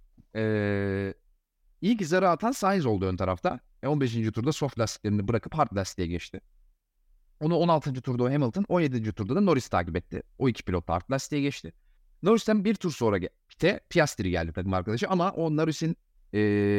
Ee, ilk zarı atan Sainz oldu ön tarafta. E, on beşinci turda soft lastiklerini bırakıp hard lastiğe geçti. Onu on altıncı turda Hamilton, on yedinci turda da Norris takip etti. O iki pilot da hard lastiğe geçti. Norris'ten bir tur sonra pite Piastri geldi takım arkadaşı ama o Norris'in e,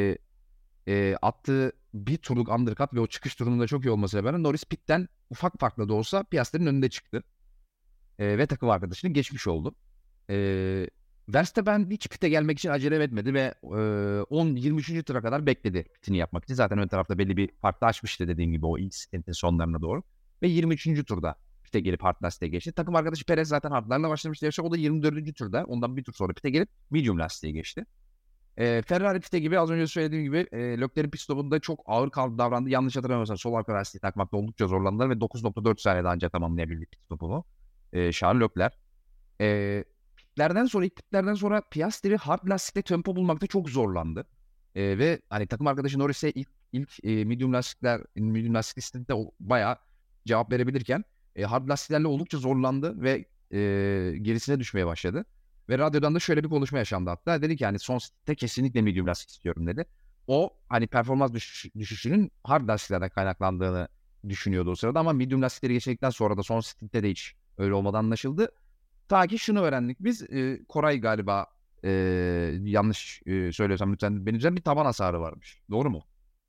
e, attığı bir turluk undercut ve o çıkış turunda çok iyi olmasıyla beraber Norris pitten ufak farklı da olsa Piastri'nin önünde çıktı. E, ve takım arkadaşını geçmiş oldu. E, Verstappen hiç pite gelmek için acele etmedi ve e, on yirmi üçüncü tura kadar bekledi pitini yapmak için. Zaten ön tarafta belli bir farklı açmıştı dediğim gibi o ilk stintin sonlarına doğru. Ve yirmi üçüncü turda pite gelip hard lastiğe geçti. Takım arkadaşı Perez zaten hardlarla başlamıştı yarışa. O da yirmi dördüncü turda ondan bir tur sonra pite gelip medium lastiğe geçti. E, Ferrari pite gibi az önce söylediğim gibi e, Leclerc'in pit stopunda çok ağır kaldı davrandı. Yanlış hatırlamıyorsam sol arka lastiği takmakta oldukça zorlandılar ve dokuz nokta dört saniyede ancak tamamlayabildi pit stopunu. E, Charles Leclerc. E, pitlerden sonra ilk pitlerden sonra Piastri hard lastikte tempo bulmakta çok zorlandı. E, ve hani takım arkadaşı Norris'e ilk, ilk e, medium lastikler medium lastik listede bayağı cevap verebilirken e, hard lastiklerle oldukça zorlandı ve e, gerisine düşmeye başladı. Ve radyodan da şöyle bir konuşma yaşandı hatta. Dedi ki hani son stintte kesinlikle medium lastik istiyorum dedi. O hani performans düşüş, düşüşünün hard lastiklerden kaynaklandığını düşünüyordu o sırada ama medium lastikleri geçirdikten sonra da son stintte de hiç öyle olmadan anlaşıldı. Ta ki şunu öğrendik biz. E, Koray galiba e, yanlış e, söylüyorsam lütfen benim üzerinde bir taban hasarı varmış. Doğru mu?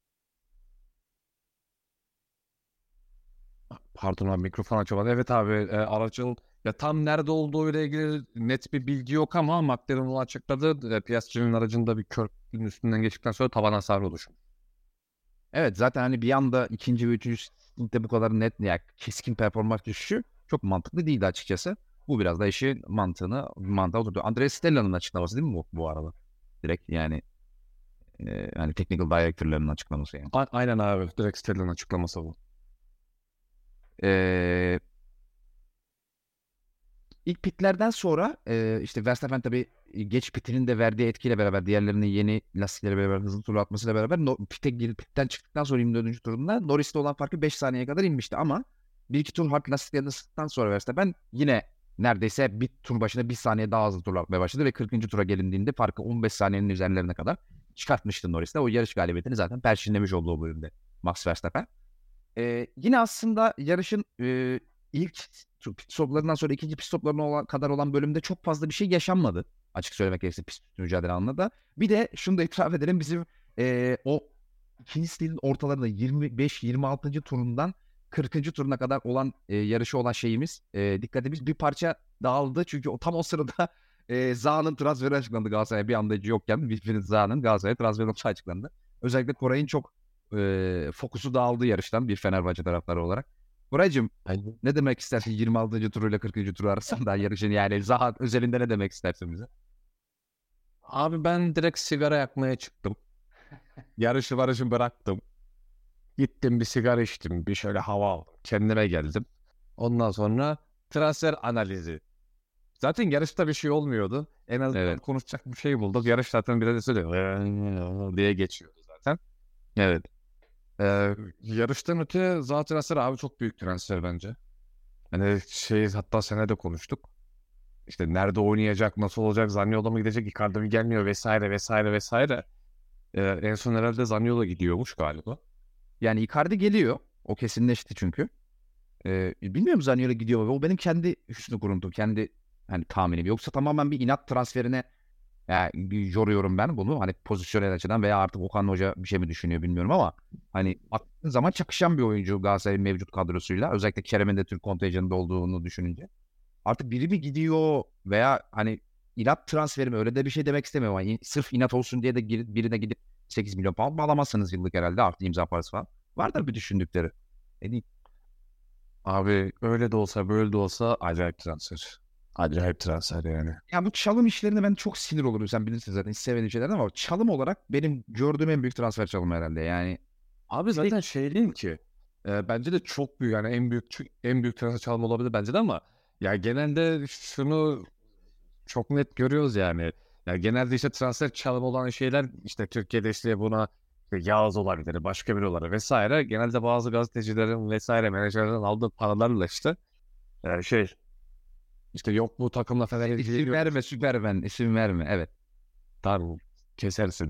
Pardon abi, mikrofon açamadım. Evet abi, e, aracın ya tam nerede olduğu ile ilgili net bir bilgi yok ama McLaren onu açıkladı. E, Piastri'nin aracında bir körklüğün üstünden geçtikten sonra taban hasarı oluşmuş. Evet zaten hani bir anda ikinci ve üçüncü stintte bu kadar net yani keskin performans düşüşü çok mantıklı değildi açıkçası. Bu biraz da işin mantığını mantığa oturdu. Andrea Stella'nın açıklaması değil mi bu, bu arada? Direkt yani e, hani technical director'ların açıklaması yani. A- aynen abi, direkt Stellan'ın açıklaması bu. E, ilk pitlerden sonra e, işte Verstappen tabii geç pitinin de verdiği etkiyle beraber diğerlerinin yeni lastikleri beraber hızlı tur atmasıyla beraber no, pite girip pitten çıktıktan sonra yirmi dördüncü turunda Norris'te olan farkı beş saniyeye kadar inmişti ama bir iki tur hard lastiklerini ısıttıktan sonra Verstappen yine neredeyse bir tur başına bir saniye daha hızlı tur atmaya başladı ve kırkıncı tura gelindiğinde farkı on beş saniyenin üzerlerine kadar çıkartmıştı Norris'te. O yarış galibiyetini zaten perçinlemiş oldu o bölümde Max Verstappen. Ee, yine aslında yarışın e, ilk tu- pit stoplarından sonra ikinci pit stoplarına olan, kadar olan bölümde çok fazla bir şey yaşanmadı. Açık söylemek gerekirse pist mücadele anlamında da. Bir de şunu da itiraf edelim bizim e, o ikinci stilin ortalarında yirmi beş yirmi altıncı turundan kırkıncı turuna kadar olan e, yarışı olan şeyimiz e, dikkatimiz bir parça dağıldı. Çünkü o tam o sırada e, Zaha'nın transferi açıklandı Galatasaray'a bir anda yokken Wilfried Zaha'nın Galatasaray'a transferi açıklandı. Özellikle Koray'ın çok e, fokusu dağıldı yarıştan bir Fenerbahçe taraftarı olarak. Koraycığım Aynen. ne demek istersin yirmi altıncı turuyla kırkıncı turu arasında yarışın yani Zaha özelinde ne demek istersin bize? Abi ben direkt sigara yakmaya çıktım. Yarışı varışı bıraktım. Gittim bir sigara içtim. Bir şöyle hava aldım. Kendime geldim. Ondan sonra transfer analizi. Zaten yarışta bir şey olmuyordu. En azından Evet. konuşacak bir şey bulduk. Yarış zaten biraz öyle diye geçiyordu zaten. Evet. Ee, yarıştan öte zaten transfer abi çok büyük transfer bence. Hani şey, hatta senede konuştuk. işte nerede oynayacak, nasıl olacak, Zaniolo mu gidecek, Icardi mi gelmiyor vesaire vesaire vesaire. Ee, en son herhalde Zaniolo gidiyormuş galiba. Yani Icardi geliyor. O kesinleşti çünkü. Ee, bilmiyorum Zaniolo gidiyor mu? O benim kendi hüsnü kuruntum. Kendi hani tahminim. Yoksa tamamen bir inat transferine yani yoruyorum ben bunu. Hani pozisyonel açıdan veya artık Okan Hoca bir şey mi düşünüyor bilmiyorum ama hani baktığın zaman çakışan bir oyuncu Galatasaray'ın mevcut kadrosuyla. Özellikle Kerem'in de Türk kontenjanında olduğunu düşününce. Artık biri mi gidiyor veya hani inat transferi mi, öyle de bir şey demek istemiyorum. Hani sırf inat olsun diye de gir- birine gidip sekiz milyon pound bağlamazsınız yıllık herhalde, artı imza parası falan. Vardır bir düşündükleri. E değil. Abi öyle de olsa böyle de olsa acayip transfer. Acayip transfer yani. Ya bu çalım işlerine ben çok sinir olurum. Sen bilirsin zaten, hiç sevmediğim şeylerden, ama çalım olarak benim gördüğüm en büyük transfer çalımı herhalde. Yani Abi zaten şey değil ki. E, bence de çok büyük yani en büyük en büyük transfer çalma olabilir bence de ama ya genelde şunu çok net görüyoruz yani. Ya genelde işte transfer çalımı olan şeyler işte Türkiye'de işte buna işte Yağız olabilir, başka biri olabilir vesaire. Genelde bazı gazetecilerin vesaire menajerlerin aldığı paralarla işte e, şey işte yok bu takımla falan isim ilgili verme, Süpermen isim verme. Evet. tamam kesersin.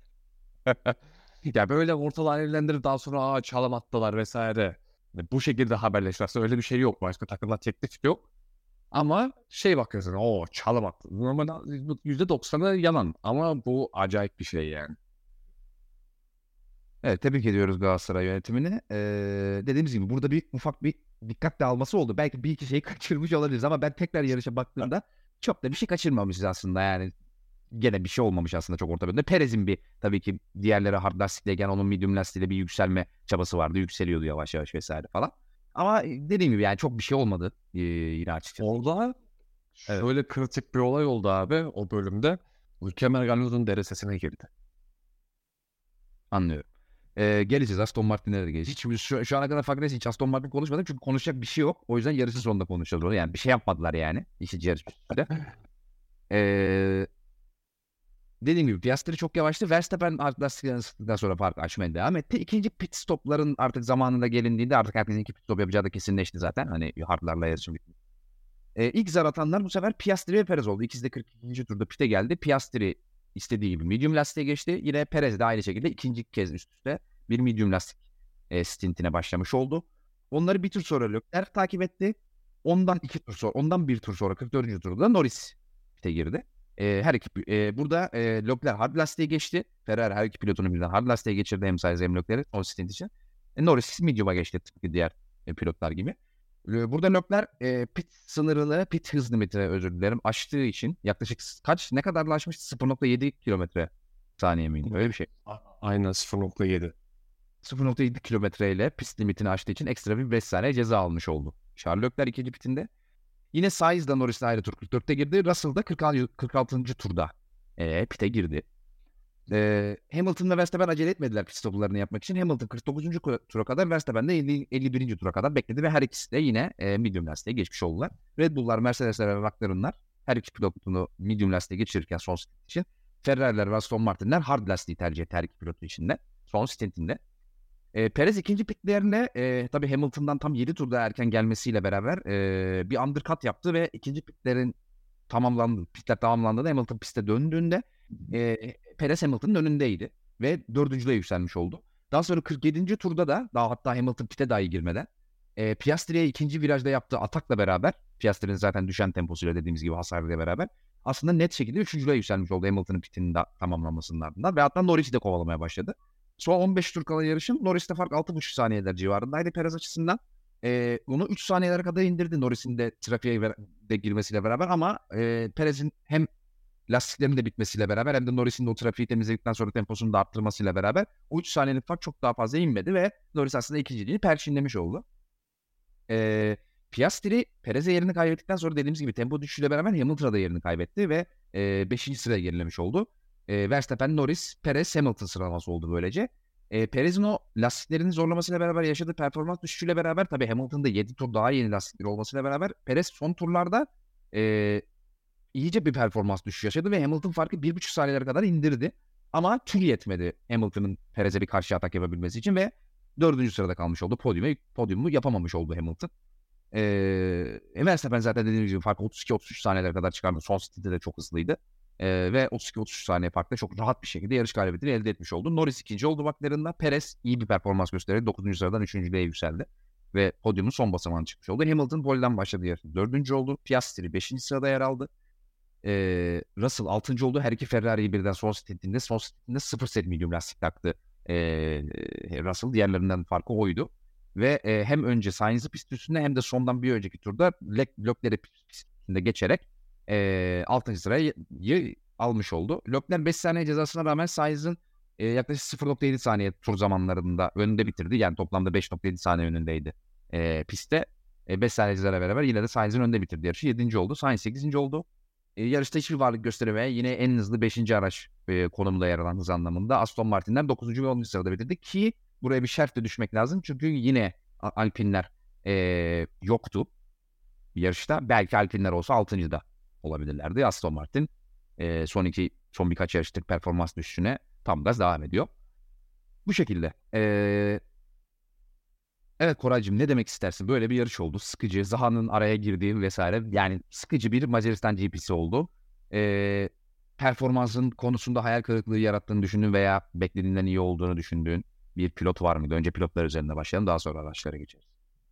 Ya böyle ortalığı evlendirip daha sonra aa çalım attılar vesaire. Yani bu şekilde haberleşirse öyle bir şey yok. Başka takımdan teklif yok. Ama şey bakıyorsun o çalım attı. Normalde yüzde doksanı yalan ama bu acayip bir şey yani. Evet, tebrik ediyoruz Galatasaray yönetimini. Ee, dediğimiz gibi burada bir ufak bir dikkat dağılması oldu. Belki bir iki şeyi kaçırmış olabiliriz ama ben tekrar yarışa baktığımda çok da bir şey kaçırmamışız aslında yani. Gene bir şey olmamış aslında çok orta bölümde. Perez'in bir, tabii ki diğerleri hard lastikteyken onun medium lastiğiyle bir yükselme çabası vardı. Yükseliyordu yavaş yavaş vesaire falan. Ama dediğim gibi yani çok bir şey olmadı ee, yine açıkçası. Orada Evet, şöyle kritik bir olay oldu abi o bölümde. Ülkemer Galio'nun deresesine girdi. anlıyorum. Ee, geleceğiz, Aston Martin'e de geleceğiz. Hiç, şu, şu ana kadar fark etmez hiç Aston Martin konuşmadım çünkü konuşacak bir şey yok. O yüzden yarışın sonunda konuşacağız onu. Yani bir şey yapmadılar yani. İşi yarış üstünde. Ee, Dediğim gibi Piastri çok yavaştı. Verstappen artık lastiklerini ısıttıktan sonra park açmaya devam etti. İkinci pit stopların artık zamanında gelindiğinde artık herkesin iki pit stop yapacağı da kesinleşti zaten. Hani hardlarla yarışım bitti. Ee, ilk zar atanlar bu sefer Piastri ve Perez oldu. İkisi de kırk ikinci turda pite geldi. Piastri istediği gibi medium lastiğe geçti. Yine Perez de aynı şekilde ikinci kez üst üste bir medium lastik e, stintine başlamış oldu. Onları bir tur sonra Leclerc takip etti. Ondan iki tur sonra, ondan bir tur sonra kırk dördüncü turda Norris pite girdi. E, her iki e, burada e, Leclerc hard lastiğe geçti. Ferrari her iki pilotunu birden hard lastiğe geçirdi, hem Sainz hem Leclerc son stint için. E, Norris medium'a geçti tıpkı diğer e, pilotlar gibi. E, burada Leclerc e, pit sınırını, pit hız limitine özür dilerim, aştığı için yaklaşık kaç ne kadarla aşmıştı? sıfır nokta yedi kilometre saniye miydi? Öyle bir şey. Aynen sıfır nokta yedi. sıfır nokta yedi kilometreyle pist limitini aştığı için ekstra bir beş saniye ceza almış oldu. Charles Leclerc ikinci pitinde. Yine Sainz da Norris'le ayrı tur kırk dörtte girdi. Russell da kırk altıncı turda e, pite girdi. E, Hamilton ve Verstappen acele etmediler pit stoplarını yapmak için. Hamilton kırk dokuzuncu tura kadar, Verstappen de elli birinci tura kadar bekledi ve her ikisi de yine e, medium lastiğe geçmiş oldular. Red Bull'lar, Mercedes'ler ve McLaren'lar her iki pilotunu medium lastiğe geçirirken son stint için, Ferrari'ler ve Aston Martin'ler hard lastiği tercih etti her iki pilotu için de son stintinde. E, Perez ikinci pitlerinde e, tabii Hamilton'dan tam yedi turda erken gelmesiyle beraber e, bir undercut yaptı ve ikinci pitlerin tamamlandı, pitler tamamlandığında Hamilton piste döndüğünde e, Perez Hamilton'ın önündeydi ve dördüncülüğe yükselmiş oldu. Daha sonra kırk yedinci turda da, daha hatta Hamilton pite dahi girmeden, e, Piastri'ye ikinci virajda yaptığı atakla beraber, Piastri'nin zaten düşen temposuyla dediğimiz gibi hasarıyla beraber aslında net şekilde üçüncülüğe yükselmiş oldu Hamilton'ın pitinin de tamamlanmasının ardından ve hatta Norris'i de kovalamaya başladı. Son on beş tur kala yarışın Norris'te fark altı buçuk saniyeler civarındaydı Perez açısından. Ee, onu üç saniyelere kadar indirdi Norris'in de trafiğe de girmesiyle beraber, ama e, Perez'in hem lastiklerinin de bitmesiyle beraber hem de Norris'in de o trafiği temizledikten sonra temposunu da arttırmasıyla beraber o üç saniyelik fark çok daha fazla inmedi ve Norris aslında ikinciliğini perçinlemiş oldu. Ee, Piastri Perez'e yerini kaybettikten sonra dediğimiz gibi tempo düşüşüyle beraber Hamilton'a da yerini kaybetti ve e, beşinci sıraya gerilemiş oldu. E, Verstappen, Norris, Perez, Hamilton sıralaması oldu böylece. E, Perez'in o lastiklerini zorlamasıyla beraber yaşadığı performans düşüşüyle beraber, tabii Hamilton'da yedi tur daha yeni lastikleri olmasıyla beraber Perez son turlarda e, iyice bir performans düşüşü yaşadı ve Hamilton farkı bir buçuk saniyelere kadar indirdi. Ama tüm yetmedi Hamilton'ın Perez'e bir karşı atak yapabilmesi için ve dördüncü sırada kalmış oldu. Podyumu, podyumu yapamamış oldu Hamilton. Ee, Verstappen zaten dediğim gibi farkı otuz iki otuz üç saniyelere kadar çıkardı. Son stint'te de çok hızlıydı. Ee, ve otuz iki otuz üç saniye farkla çok rahat bir şekilde yarış galibiyetini elde etmiş oldu. Norris ikinci oldu McLaren'da. Perez iyi bir performans göstererek dokuzuncu sıradan üçüncülüğe yükseldi. Ve podyumun son basamağına çıkmış oldu. Hamilton pole'den başladı yarışı. dördüncü oldu. Piastri beşinci sırada yer aldı. Ee, Russell altıncı oldu. Her iki Ferrari'yi birden son stintinde son stintinde sıfır set medium lastik taktı. Ee, Russell diğerlerinden farkı oydu. Ve e, hem önce Sainz'ı pist üstünde hem de sondan bir önceki turda Leclerc'leri pist üstünde geçerek e, altıncı sırayı almış oldu. Leclerc beş saniye cezasına rağmen Sainz'ın e, yaklaşık sıfır nokta yedi saniye tur zamanlarında önünde bitirdi. Yani toplamda beş nokta yedi saniye önündeydi e, pistte. E, beş saniye cezayla beraber yine de Sainz'ın önünde bitirdi yarışı. yedinci oldu. Sainz sekizinci oldu. E, yarışta hiçbir varlık gösteremeye yine en hızlı beşinci araç e, konumunda yer alan hız anlamında Aston Martin'den dokuzuncu ve onuncu sırada bitirdi ki buraya bir şart da düşmek lazım. Çünkü yine Alpinler e, yoktu yarışta. Belki Alpinler olsa altıncı da olabilirlerdi. Aston Martin e, son iki son birkaç yarıştır performans düşüşüne tam gaz devam ediyor. Bu şekilde. E, evet Koraycığım ne demek istersin? Böyle bir yarış oldu. Sıkıcı. Zaha'nın araya girdiği vesaire. Yani sıkıcı bir Macaristan G P'si oldu. E, performansın konusunda hayal kırıklığı yarattığını düşündüğün veya beklediğinden iyi olduğunu düşündüğün bir pilot var mıydı? Önce pilotlar üzerinde başlayalım, daha sonra araçlara geçeriz.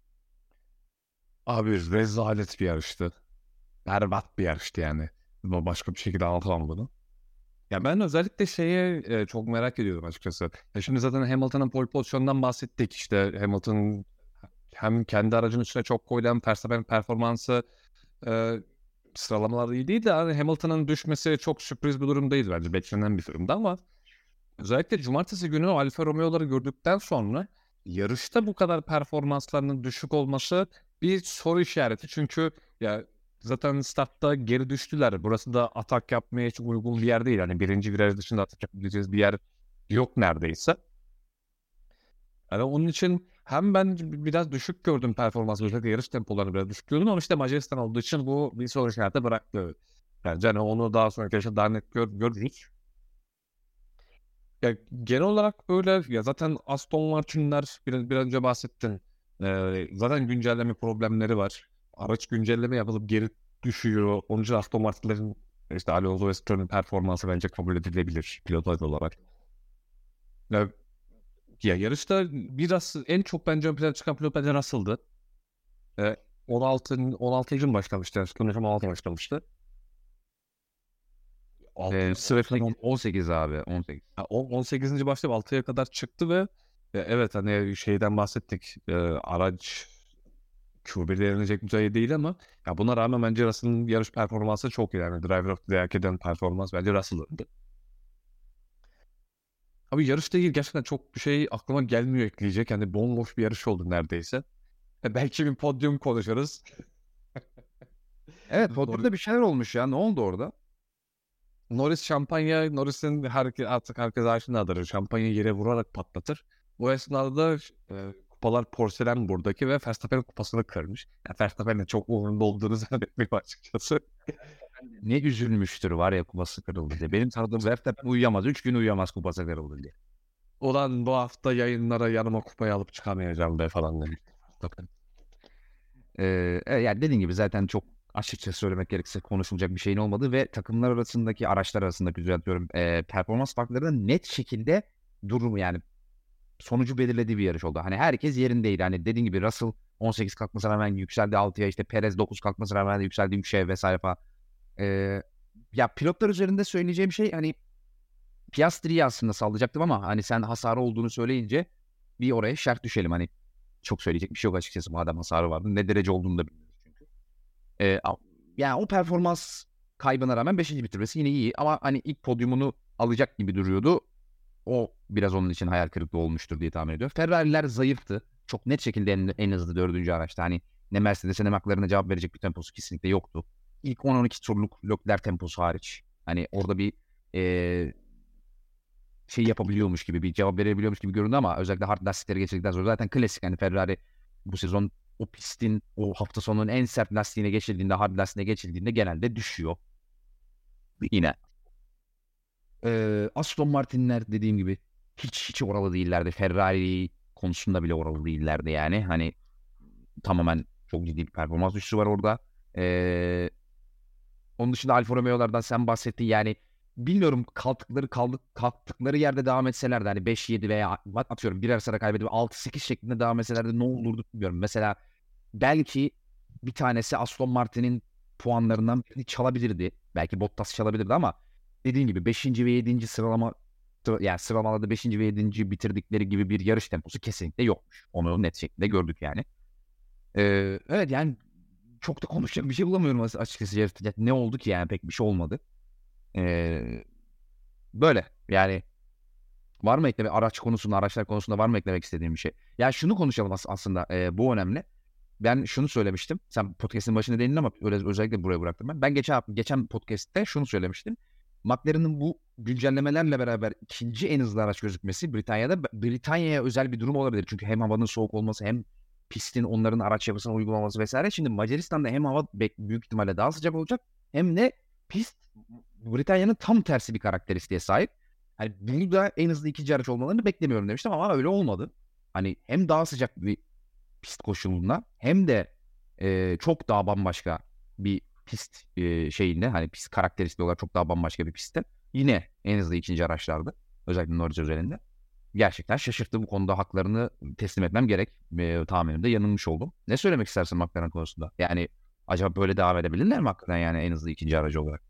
Abi rezalet bir yarıştı. Berbat bir yarıştı yani. Başka bir şekilde anlatamam bunu. Ya ben özellikle şeye e, çok merak ediyorum açıkçası. Ya şimdi zaten Hamilton'ın pole pozisyonundan bahsettik. İşte Hamilton hem kendi aracının üstüne çok koyulan Verstappen performansı e, sıralamalarda iyi değil de hani Hamilton'ın düşmesi çok sürpriz bir durum değil bence. Beklenen bir durumda ama özellikle cumartesi günü Alfa Romeo'ları gördükten sonra yarışta bu kadar performanslarının düşük olması bir soru işareti. Çünkü ya zaten startta geri düştüler. Burası da atak yapmaya hiç uygun bir yer değil. Hani birinci viraj dışında atak yapabileceğiz bir yer yok neredeyse. Yani onun için hem ben biraz düşük gördüm performansı. Özellikle yarış tempolarını biraz düşük gördüm ama işte Macaristan olduğu için bu bir soru işareti bıraktı. Bence hani onu daha sonraki yaşta daha net gör, görürüz. Ya genel olarak böyle ya zaten Aston Martin'ler biraz, biraz önce bahsettin. Ee, zaten güncelleme problemleri var. Araç güncelleme yapılıp geri düşüyor. Onun için Aston Martin'lerin işte Alonso ve Stroll'ün performansı bence kabul edilebilir pilot olarak. Ya, ya yarışta biraz en çok bence ön plana çıkan pilot bence Russell'dı. Ee, on altı on altıncı mı başlamıştı? Sanırsam on altı başlamıştı. Ee, altı on sekiz abi on sekiz. Ya on- 18. başlayıp altıya kadar çıktı ve e, evet hani şeyden bahsettik. E, araç Q bir'de yenilecek bir şey değil ama ya buna rağmen bence Russell'ın yarış performansı çok iyi. Yani Driver of the Day hak eden performans bence Russell'ındı. Abi yarışla ilgili gerçekten çok bir şey aklıma gelmiyor ekleyecek. Yani bomboş bir yarış oldu neredeyse. E, belki bir podyum konuşuruz. Evet Norris, podyumda bir şeyler olmuş ya. Ne oldu orada? Norris şampanya, Norris'in herke, artık herkes aşinadır. Şampanyayı yere vurarak patlatır. Bu esnada da e, kupalar porselen buradaki ve Verstappen kupasını kırmış. Yani Verstappen'in çok umurunda olduğunu zannetmiyorum açıkçası. Ne üzülmüştür var ya kupası kırıldı diye. Benim tanıdığım Verstappen uyuyamaz. Üç gün uyuyamaz kupası kırıldı diye. Ulan bu hafta yayınlara yanıma kupayı alıp çıkamayacağım be falan demiş. Verstappen. Ee, e, yani dediğim gibi zaten çok açıkça söylemek gerekirse konuşulacak bir şeyin olmadığı ve takımlar arasındaki araçlar arasındaki düzeltiyorum e, performans farklarının net şekilde durumu yani sonucu belirlediği bir yarış oldu. Hani herkes yerindeydi. Hani dediğim gibi Russell on sekiz kalkmasına rağmen yükseldi altıya, işte Perez dokuz kalkmasına rağmen yükseldi üçe vesaire falan. Ee, Ya pilotlar üzerinde söyleyeceğim şey hani Piastri'yi aslında sallayacaktım ama hani sen hasarı olduğunu söyleyince bir oraya şart düşelim. Hani çok söyleyecek bir şey yok açıkçası madem hasarı vardı. Ne derece olduğunu da bilmiyoruz çünkü. Ee, Yani o performans kaybına rağmen beşinci bitirmesi yine iyi ama hani ilk podyumunu alacak gibi duruyordu. O biraz onun için hayal kırıklığı olmuştur diye tahmin ediyorum. Ferrari'ler zayıftı. Çok net şekilde en, en hızlı dördüncü araçta. Hani ne Mercedes'e ne McLaren'e cevap verecek bir temposu kesinlikle yoktu. İlk on on iki turluk Leclerc temposu hariç. Hani orada bir e, şey yapabiliyormuş gibi, bir cevap verebiliyormuş gibi göründü ama özellikle hard lastikleri geçirdikten sonra zaten klasik. Hani Ferrari bu sezon o pistin o hafta sonunun en sert lastiğine geçildiğinde, hard lastiğine geçildiğinde genelde düşüyor. Yine. Ee, Aston Martin'ler dediğim gibi hiç hiç oralı değillerdi. Ferrari konusunda bile oralı değillerdi yani. Hani tamamen Çok ciddi bir performans düşüşü var orada. Ee, onun dışında Alfa Romeo'lardan sen bahsettin. Yani bilmiyorum, kalktıkları kaldık kalktıkları yerde devam etselerdi, hani beş yedi veya atıyorum birer sıra kaybedip altı sekiz şeklinde devam etselerdi ne olurdu bilmiyorum. Mesela belki bir tanesi Aston Martin'in puanlarından birini çalabilirdi. Belki Bottas çalabilirdi ama dediğim gibi beşinci ve yedinci sıralama, yani sıralamalarda beşinci ve yedinci bitirdikleri gibi bir yarış temposu kesinlikle yokmuş. Onu net şekilde gördük yani. Ee, evet yani çok da konuşacak bir şey bulamıyorum açıkçası yarışta. Ne oldu ki yani, pek bir şey olmadı. Ee, böyle yani, var mı ekleme araç konusunda, araçlar konusunda var mı eklemek istediğim bir şey? Ya şunu konuşalım as- aslında, e, bu önemli. Ben şunu söylemiştim. Sen podcast'in başında değindin ama öyle, özellikle buraya bıraktım ben. Ben geçen geçen podcast'te şunu söylemiştim. McLaren'ın bu güncellemelerle beraber ikinci en hızlı araç gözükmesi Britanya'da Britanya'ya özel bir durum olabilir. Çünkü hem havanın soğuk olması hem pistin onların araç yapısına uygulaması vesaire. Şimdi Macaristan'da hem hava büyük ihtimalle daha sıcak olacak hem de pist Britanya'nın tam tersi bir karakteristiğe sahip. Hani bunu da en hızlı ikinci araç olmalarını beklemiyorum demiştim ama öyle olmadı. Hani hem daha sıcak bir pist koşulunda hem de e, çok daha bambaşka bir pist e, şeyinde, hani pist karakteristik olarak çok daha bambaşka bir pistte yine en hızlı ikinci araçlardı. Özellikle Norris özelinde. Gerçekten şaşırttı, bu konuda haklarını teslim etmem gerek. E, tahminimde yanılmış oldum. Ne söylemek istersin McLaren konusunda? Yani acaba böyle devam edebilirler mi hakikaten, yani en hızlı ikinci aracı olarak?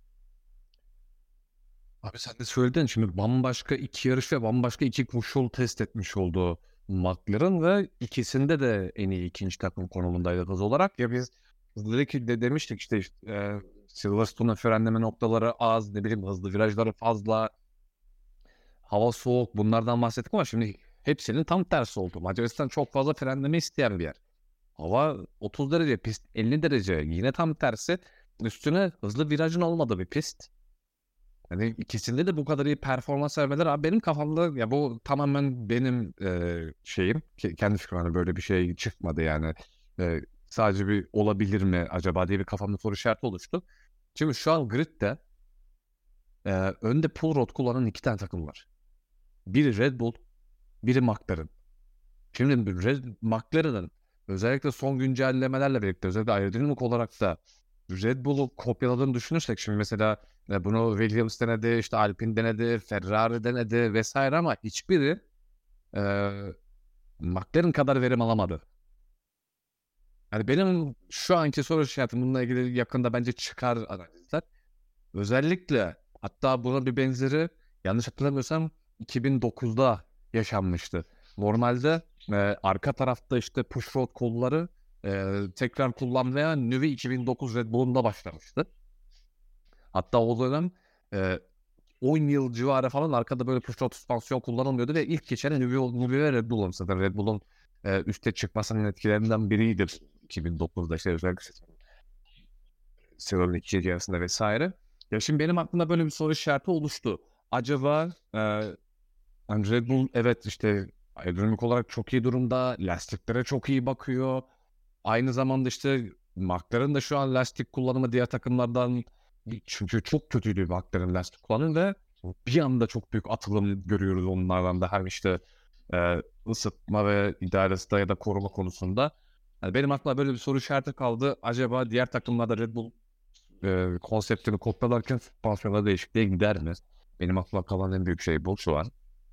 Abi sen de söyledin, şimdi bambaşka iki yarış ve bambaşka iki koşul test etmiş oldu McLaren ve ikisinde de en iyi ikinci takım konumundaydı hız olarak. Ya biz hızlı de demiştik işte, işte e, Silverstone'un frenleme noktaları az, ne bileyim hızlı virajları fazla, hava soğuk, bunlardan bahsettik ama şimdi hepsinin tam tersi oldu. Macaristan çok fazla frenleme isteyen bir yer. Hava otuz derece, pist elli derece, yine tam tersi. Üstüne hızlı virajın olmadığı bir pist. Yani ikisinde de bu kadar iyi performans vermeler abi benim kafamda, ya bu tamamen benim e, şeyim. Ke- kendi fikrim, hani böyle bir şey çıkmadı yani. E, sadece bir olabilir mi acaba diye bir kafamda soru işareti oluştu. Şimdi şu an gridde e, önde pull rod kullanan iki tane takım var. Biri Red Bull, biri McLaren. Şimdi Red, McLaren'ın özellikle son güncellemelerle birlikte, özellikle aerodinamik olarak da Red Bull'u kopyaladığını düşünürsek, şimdi mesela e, bunu Williams denedi, işte Alpine denedi, Ferrari denedi vesaire ama hiçbiri e, McLaren kadar verim alamadı. Yani benim şu anki soru işaretim bununla ilgili yakında bence çıkar analizler. Özellikle hatta buna bir benzeri, yanlış hatırlamıyorsam iki bin dokuzda yaşanmıştı. Normalde e, arka tarafta işte pushrod kolları e, tekrar kullanmaya Nüvi iki bin dokuz Red Bull'unda başlamıştı. Hatta o dönem e, on yıl civarı falan arkada böyle pushrod süspansiyon kullanılmıyordu ve ilk geçen Nüvi, Nüvi ve Red Bull'un, zaten Red Bull'un e, üste çıkmasının etkilerinden biridir iki bin dokuzda, işte özellikle sezonun ikinci yarısında vesaire. Ya şimdi benim aklımda böyle bir soru işareti oluştu. Acaba e, hani Red Bull evet işte aerodinamik olarak çok iyi durumda, lastiklere çok iyi bakıyor. Aynı zamanda işte McLaren da şu an lastik kullanımı diğer takımlardan, çünkü çok kötüydü McLaren lastik kullanımı ve bir anda çok büyük atılım görüyoruz onlardan da, hem işte e, ısıtma ve idaresi ya da koruma konusunda. Yani benim aklıma böyle bir soru işareti kaldı. Acaba diğer takımlarda Red Bull e, konseptini kopyalarken süspansiyonda değişikliğe gider mi? Benim aklıma kalan en büyük şey bu şu an.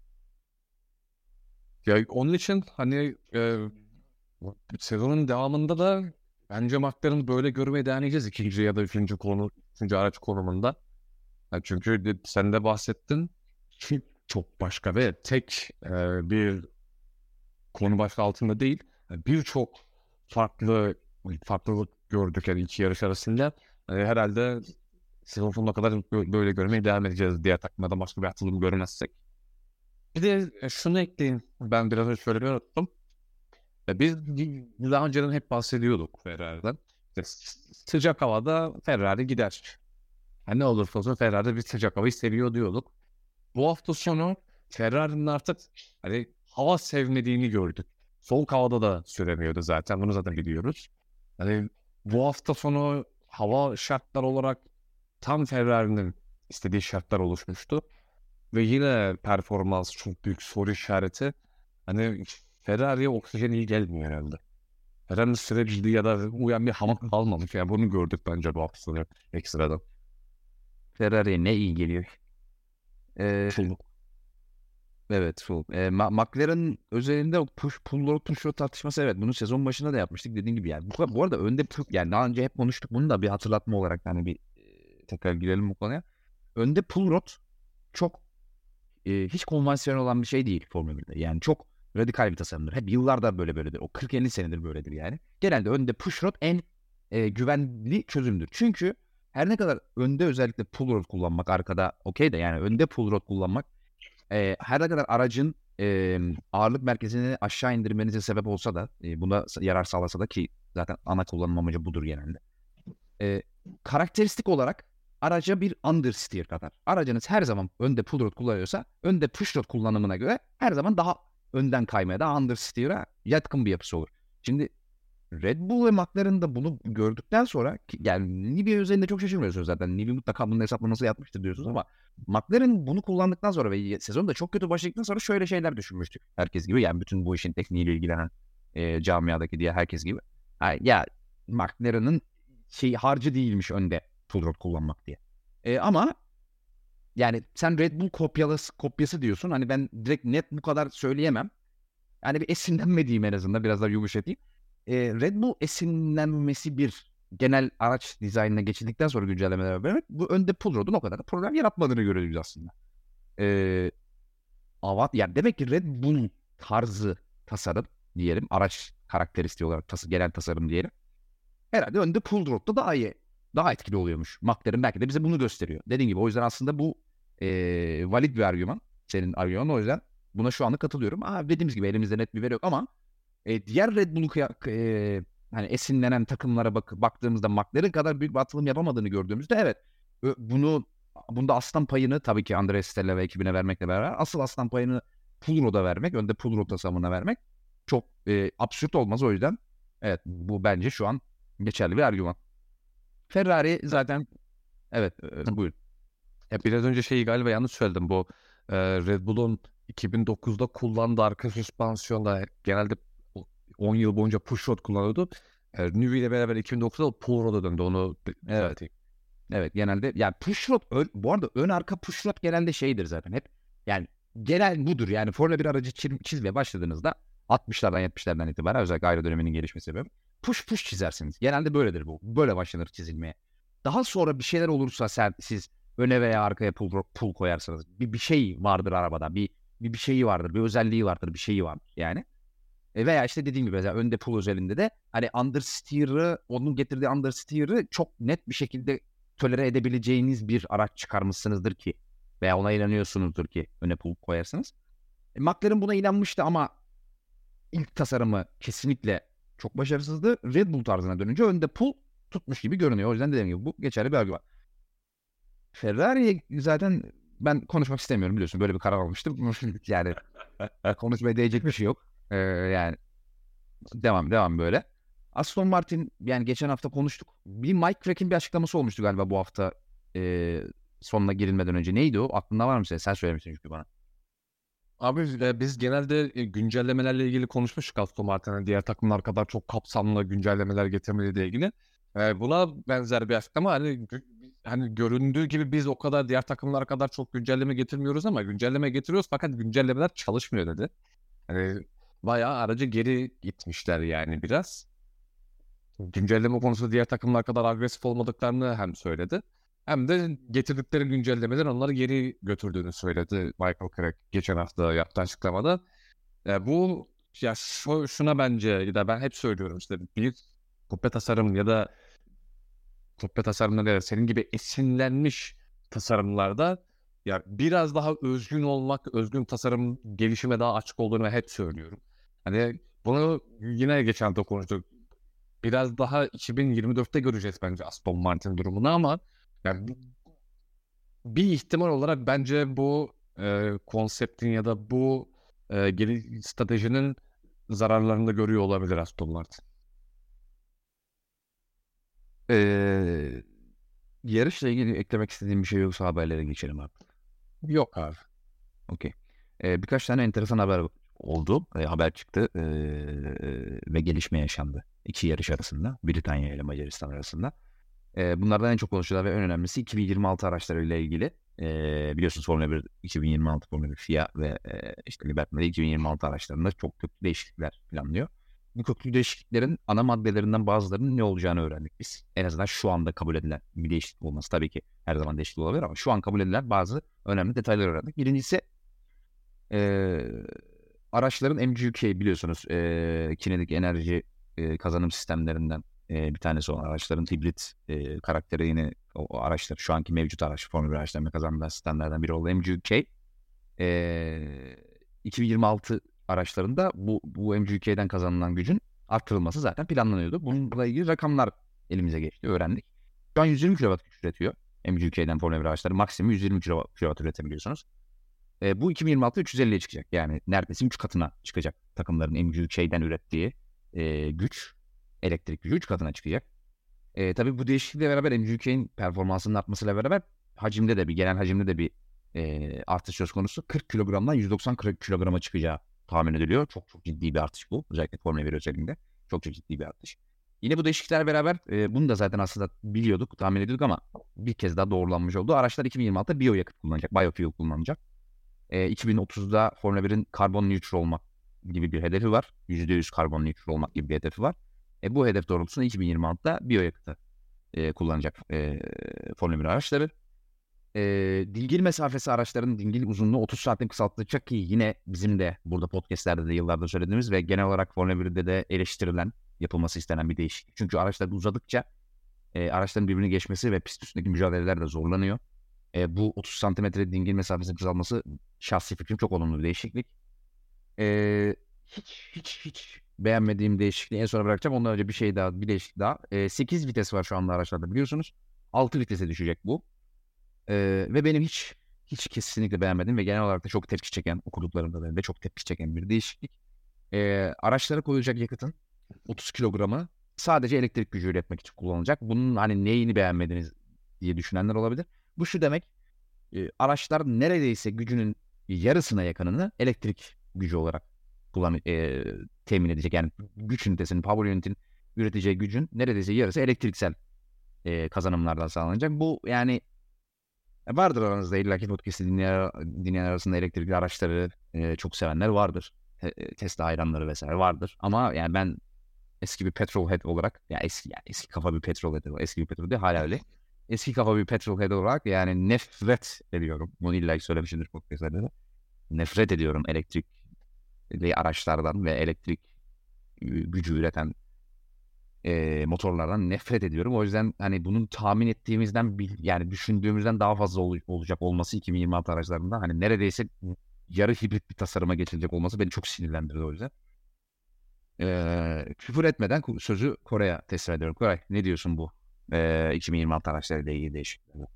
Ya onun için hani e, sezonun devamında da bence McLaren'ı böyle görmeye devam edeceğiz ikinci ya da üçüncü konu, üçüncü araç konumunda. Yani çünkü de- sen de bahsettin, çok başka ve tek e, bir konu başka altında değil. Yani birçok farklı farklılık gördük yani iki yarış arasında. Yani herhalde sezon sonuna kadar bö- böyle görmeye devam edeceğiz diğer takımlardan başka bir atılım görmezsek. Bir de e, şunu ekleyeyim. Ben biraz önce söylemeyi unuttum. E, Biz biz daha önceden hep bahsediyorduk Ferrari'den. İşte s- sıcak havada Ferrari gider. Yani ne olursa olsun Ferrari bir sıcak havayı seviyor diyorduk. Bu hafta sonu Ferrari'nin artık hani hava sevmediğini gördük. Soğuk havada da süremiyordu zaten. Bunu zaten biliyoruz. Hani bu hafta sonu hava şartlar olarak tam Ferrari'nin istediği şartlar oluşmuştu. Ve yine performans çok büyük soru işareti. Hani Ferrari'ye oksijen iyi gelmiyor herhalde. herhangi bir süreciydi ya da uyan bir hava kalmamış. Yani bunu gördük bence bu hafta sonu ekstradan. Ferrari'ye ne iyi geliyor. Ee, Full. evet full. Ee, Ma- McLaren özelinde o push pull load push load tartışması, evet bunu sezon başında da yapmıştık dediğin gibi yani. Bu, bu arada önde pull, yani daha önce hep konuştuk bunu da bir hatırlatma olarak hani bir e, tekrar girelim bu konuya. Önde pull rod çok e, hiç konvansiyonel olan bir şey değil Formula birde. Yani çok radikal bir tasarımdır. Hep yıllardır böyle böyledir. O kırk elli senedir böyledir yani. Genelde önde push rod en e, güvenli çözümdür. Çünkü her ne kadar önde özellikle pull rod kullanmak, arkada okey de yani önde pull rod kullanmak e, her ne kadar aracın e, ağırlık merkezini aşağı indirmenize sebep olsa da e, buna yarar sağlasa da, ki zaten ana kullanım amacı budur genelde. E, karakteristik olarak araca bir understeer kadar. Aracınız her zaman önde pull rod kullanıyorsa önde push rod kullanımına göre her zaman daha önden kaymaya, daha understeer'a yatkın bir yapısı olur. Şimdi Red Bull ve McLaren da bunu gördükten sonra, ki yani Nibia üzerinde çok şaşırmıyorsunuz zaten. Nibia mutlaka bunun hesaplaması yapmıştır diyorsunuz ama McLaren bunu kullandıktan sonra ve sezonu da çok kötü başladıktan sonra şöyle şeyler düşünmüştük. Herkes gibi, yani bütün bu işin tekniğiyle ilgilenen e, camiadaki diye herkes gibi. Ha, ya McLaren'ın şey harcı değilmiş önde full rod kullanmak diye. E, ama yani sen Red Bull kopyası, kopyası diyorsun. Hani ben direkt net bu kadar söyleyemem. Yani bir esinlenmediğim, en azından biraz daha yumuşatayım. E, Red Bull esinlenmesi bir genel araç dizaynına geçildikten sonra güncellemeler beraber bu önde pull rod'un o kadar da problem yaratmadığını görüyoruz aslında. E, avat, yani demek ki Red Bull tarzı tasarım diyelim, araç karakteristiği olarak tas genel tasarım diyelim. Herhalde önde pull rod'da daha iyi, daha etkili oluyormuş. McLaren belki de bize bunu gösteriyor. Dediğim gibi o yüzden aslında bu e, valid bir argüman. Senin argümanın, o yüzden buna şu anda katılıyorum. Aa, dediğimiz gibi elimizde net bir veri yok ama e, diğer Red Bull'u e, hani esinlenen takımlara bak baktığımızda McLaren kadar büyük bir atılım yapamadığını gördüğümüzde evet, bunu bunda aslan payını tabii ki Andrea Stella ve ekibine vermekle beraber asıl aslan payını pull rod'a vermek, önde pull rod tasarımına vermek çok e, absürt olmaz. O yüzden evet, bu bence şu an geçerli bir argüman. Ferrari zaten evet, e, buyurun. Ya biraz önce şeyi galiba yanlış söyledim. Bu e, Red Bull'un iki bin dokuzda kullandığı arka süspansiyonda genelde on yıl boyunca push rod kullanıyordu. E, Newey ile beraber iki bin dokuzda pull rod'a döndü. Onu Evet. Evet, genelde yani push rod ön, bu arada ön arka push rod genelde şeydir zaten hep. Yani genel budur. Yani Formula bir aracı çiz, çizmeye başladığınızda altmışlardan yetmişlerden itibaren, özellikle aero döneminin gelişmesi sebebi push push çizersiniz. Genelde böyledir bu. Böyle başlanır çizilmeye. Daha sonra bir şeyler olursa sen, siz öne veya arkaya pull, pull koyarsınız. Bir, bir şey vardır arabada. Bir, bir bir şeyi vardır. Bir özelliği vardır. Bir şeyi vardır yani. E veya işte dediğim gibi mesela önde pull özelinde de hani understeer'ı, onun getirdiği understeer'ı çok net bir şekilde tolere edebileceğiniz bir araç çıkarmışsınızdır ki, veya ona inanıyorsunuzdur ki öne pull koyarsınız. E, McLaren buna inanmıştı ama ilk tasarımı kesinlikle çok başarısızdı. Red Bull tarzına dönünce önde pull tutmuş gibi görünüyor. O yüzden dediğim gibi bu geçerli bir argüman. Ferrari zaten ben konuşmak istemiyorum, biliyorsun. Böyle bir karar almıştım. Yani konuşmaya değecek bir şey yok. Ee, yani devam devam böyle. Aston Martin, yani geçen hafta konuştuk. Bir Mike Crack'in bir açıklaması olmuştu galiba bu hafta e, sonuna girilmeden önce. Neydi o? Aklında var mı senin? Sen söylemiştin çünkü bana. Abi e, biz genelde e, güncellemelerle ilgili konuşmuştuk Aston Martin'e. Diğer takımlar kadar çok kapsamlı güncellemeler getirmeleriyle ilgili. E, buna benzer bir açıklama. Hani, gö- hani göründüğü gibi biz o kadar diğer takımlar kadar çok güncelleme getirmiyoruz ama güncelleme getiriyoruz fakat güncellemeler çalışmıyor dedi. Hani bayağı aracı geri gitmişler yani biraz. Güncelleme konusunda diğer takımlar kadar agresif olmadıklarını hem söyledi. Hem de getirdikleri güncellemeler onları geri götürdüğünü söyledi Michael Crack geçen hafta yaptığı açıklamada. E, bu ya şu, şuna bence, ya da ben hep söylüyorum işte, bir kubbe tasarım ya da kubbe tasarımları ya da senin gibi esinlenmiş tasarımlarda ya biraz daha özgün olmak, özgün tasarım gelişime daha açık olduğunu hep söylüyorum. Hani bunu yine geçen hafta konuştuk. Biraz daha iki bin yirmi dörtte göreceğiz bence Aston Martin durumunu ama yani bu- bir ihtimal olarak bence bu e, konseptin ya da bu e, geri stratejinin zararlarını da görüyor olabilir Aston Martin. Ee, yarışla ilgili eklemek istediğim bir şey yoksa haberlere geçelim abi. Yok abi. Okey. Ee, birkaç tane enteresan haber oldu. Ee, haber çıktı ee, ve gelişme yaşandı. iki yarış arasında. Britanya ile Macaristan arasında. E, bunlardan en çok konuşulan ve en önemlisi iki bin yirmi altı araçlarıyla ilgili. E, biliyorsunuz Formula bir iki bin yirmi altı Formula bir F I A ve e, işte Liberty'de iki bin yirmi altı araçlarında çok köklü değişiklikler planlıyor. Bu köklü değişikliklerin ana maddelerinden bazılarının ne olacağını öğrendik biz. En azından şu anda kabul edilen bir değişiklik olması, tabii ki her zaman değişiklik olabilir ama şu an kabul edilen bazı önemli detaylar öğrendik. Birincisi e, araçların M G U K biliyorsunuz e, kinetik enerji e, kazanım sistemlerinden e, bir tanesi olan araçların hibrit e, karakteri yine o, o araçlar şu anki mevcut araç Formula bir araçlarına kazanılan sistemlerden biri olan M G U K e, iki bin yirmi altı araçlarında bu, bu M G U K'den kazanılan gücün arttırılması zaten planlanıyordu. Bununla ilgili rakamlar elimize geçti, öğrendik. Şu an yüz yirmi kilowatt güç üretiyor M G U K'den Formula bir araçları. Maksimum yüz yirmi kilowatt üretebiliyorsunuz. E, bu iki bin yirmi altıda üç yüz elliye çıkacak. Yani neredeyse üç katına çıkacak takımların M G U K'den ürettiği e, güç, elektrik gücü üç katına çıkacak. E, tabii bu değişiklikle beraber M G U K'nin performansının artmasıyla beraber hacimde de bir, genel hacimde de bir e, artış söz konusu. kırk kilogramdan yüz doksan kilograma çıkacağı tahmin ediliyor. Çok çok ciddi bir artış bu. Özellikle Formula bir özelinde. Çok çok ciddi bir artış. Yine bu değişiklikler beraber e, bunu da zaten aslında biliyorduk, tahmin ediyorduk ama bir kez daha doğrulanmış oldu. Araçlar iki bin yirmi altıda biyoyakıt kullanacak, biofuel kullanacak. E, iki bin otuzda Formula birin karbon neutral olmak gibi bir hedefi var. yüzde yüz karbon neutral olmak gibi bir hedefi var. E, bu hedef doğrultusunda iki bin yirmi altıda biyoyakıtı e, kullanacak e, Formula bir araçları. E, dingil mesafesi araçların dingil uzunluğu otuz santim kısaltılacak ki yine bizim de burada podcastlerde de yıllardır söylediğimiz ve genel olarak Formula birde de eleştirilen, yapılması istenen bir değişiklik. Çünkü araçlar uzadıkça e, araçların birbirini geçmesi ve pist üstündeki mücadeleler de zorlanıyor. E, bu otuz santimetre dingil mesafesinin kısalması şahsi fikrim çok olumlu bir değişiklik. E, hiç hiç hiç beğenmediğim değişikliği en sona bırakacağım. Ondan önce bir şey daha, bir değişiklik daha. E, sekiz vites var şu anda araçlarda biliyorsunuz. altı vitese düşecek bu. E, ve benim hiç hiç kesinlikle beğenmedim ve genel olarak da çok tepki çeken, okuduklarımda da çok tepki çeken bir değişiklik. E, araçlara koyulacak yakıtın otuz kilogramı sadece elektrik gücü üretmek için kullanılacak. Bunun hani neyini beğenmediniz diye düşünenler olabilir. Bu şu demek, e, araçlar neredeyse gücünün yarısına yakınını elektrik gücü olarak kullan e, temin edecek. Yani güç ünitesinin, power unit'in üreteceği gücün neredeyse yarısı elektriksel e, kazanımlardan sağlanacak. Bu yani vardır aranızda illaki podcast'i dinleyen, dinleyen arasında elektrikli araçları e, çok sevenler vardır. Te- Tesla hayranları vesaire vardır. Ama yani ben eski bir petrolhead olarak, ya eski yani eski kafa bir petrolhead, eski bir petrol değil, hala öyle. Eski kafa bir petrolhead olarak yani nefret ediyorum. Bunu illa ki söylemişimdir podcastlerde de. Nefret ediyorum elektrikli araçlardan ve elektrik gücü üreten e, motorlardan nefret ediyorum. O yüzden hani bunun tahmin ettiğimizden bil- yani düşündüğümüzden daha fazla ol- olacak olması iki bin yirmi altı araçlarında hani neredeyse yarı hibrit bir tasarıma geçilecek olması beni çok sinirlendirdi o yüzden. Ee, küfür etmeden ku- sözü Koray'a teslim ediyorum. Koray, ne diyorsun bu ee, iki bin yirmi altı araçlarıyla ilgili değişikliklerine?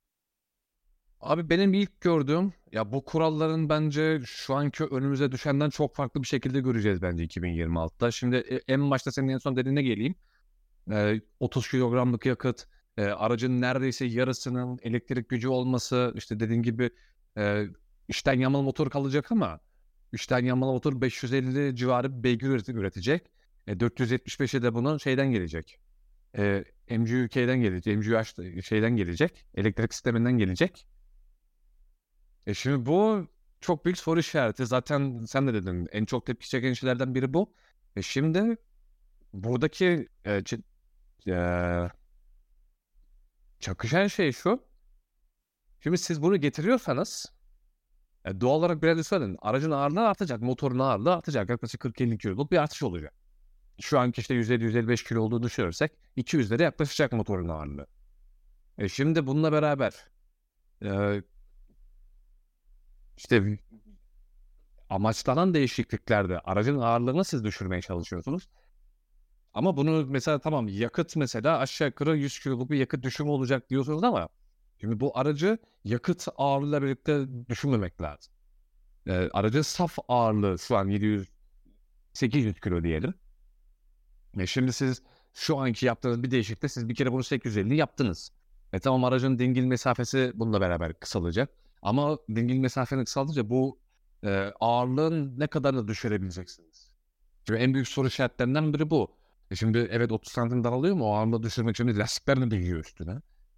Abi benim ilk gördüğüm ya bu kuralların bence şu anki önümüze düşenden çok farklı bir şekilde göreceğiz bence iki bin yirmi altıda. Şimdi e, en başta senin en son dediğine geleyim. Ee, otuz kilogramlık yakıt, e, aracın neredeyse yarısının elektrik gücü olması, işte dediğin gibi e, içten yanmalı motor kalacak ama içten yanmalı motor beş yüz elli civarı bir beygir üret- üretecek. E, dört yüz yetmiş beşe de bunun şeyden gelecek. E, M G U K'den gelecek, M G U H şeyden gelecek, elektrik sisteminden gelecek. E şimdi bu çok büyük soru işareti. Zaten sen de dedin, en çok tepki çeken şeylerden biri bu. E şimdi buradaki e, ç- e, çakışan şey şu. Şimdi siz bunu getiriyorsanız e, doğal olarak biraz da söyleyin. Aracın ağırlığı artacak, motorun ağırlığı artacak. Yaklaşık kırk elli kiloluk bir artış olacak. Şu anki işte yüz elli yüz elli beş kilo olduğunu düşünürsek iki yüzlere yaklaşacak motorun ağırlığı. E şimdi bununla beraber e, işte amaçlanan değişikliklerde aracın ağırlığını siz düşürmeye çalışıyorsunuz. Ama bunu mesela tamam yakıt mesela aşağı yukarı yüz kiloluk bir yakıt düşümü olacak diyorsunuz ama şimdi bu aracı yakıt ağırlığıyla birlikte düşünmemek lazım. Ee, aracın saf ağırlığı şu an yedi yüz sekiz yüz kilo diyelim. E şimdi siz şu anki yaptığınız bir değişiklikte siz bir kere bunu sekiz yüz elli yaptınız. E tamam aracın dingil mesafesi bununla beraber kısalacak. Ama dingil mesafeni kısaltınca bu e, ağırlığın ne kadarını düşürebileceksiniz? Çünkü en büyük soru işaretlerinden biri bu. E şimdi evet otuz santim daralıyor mu? O anda düşürmek için lastikler de biniyor üstüne.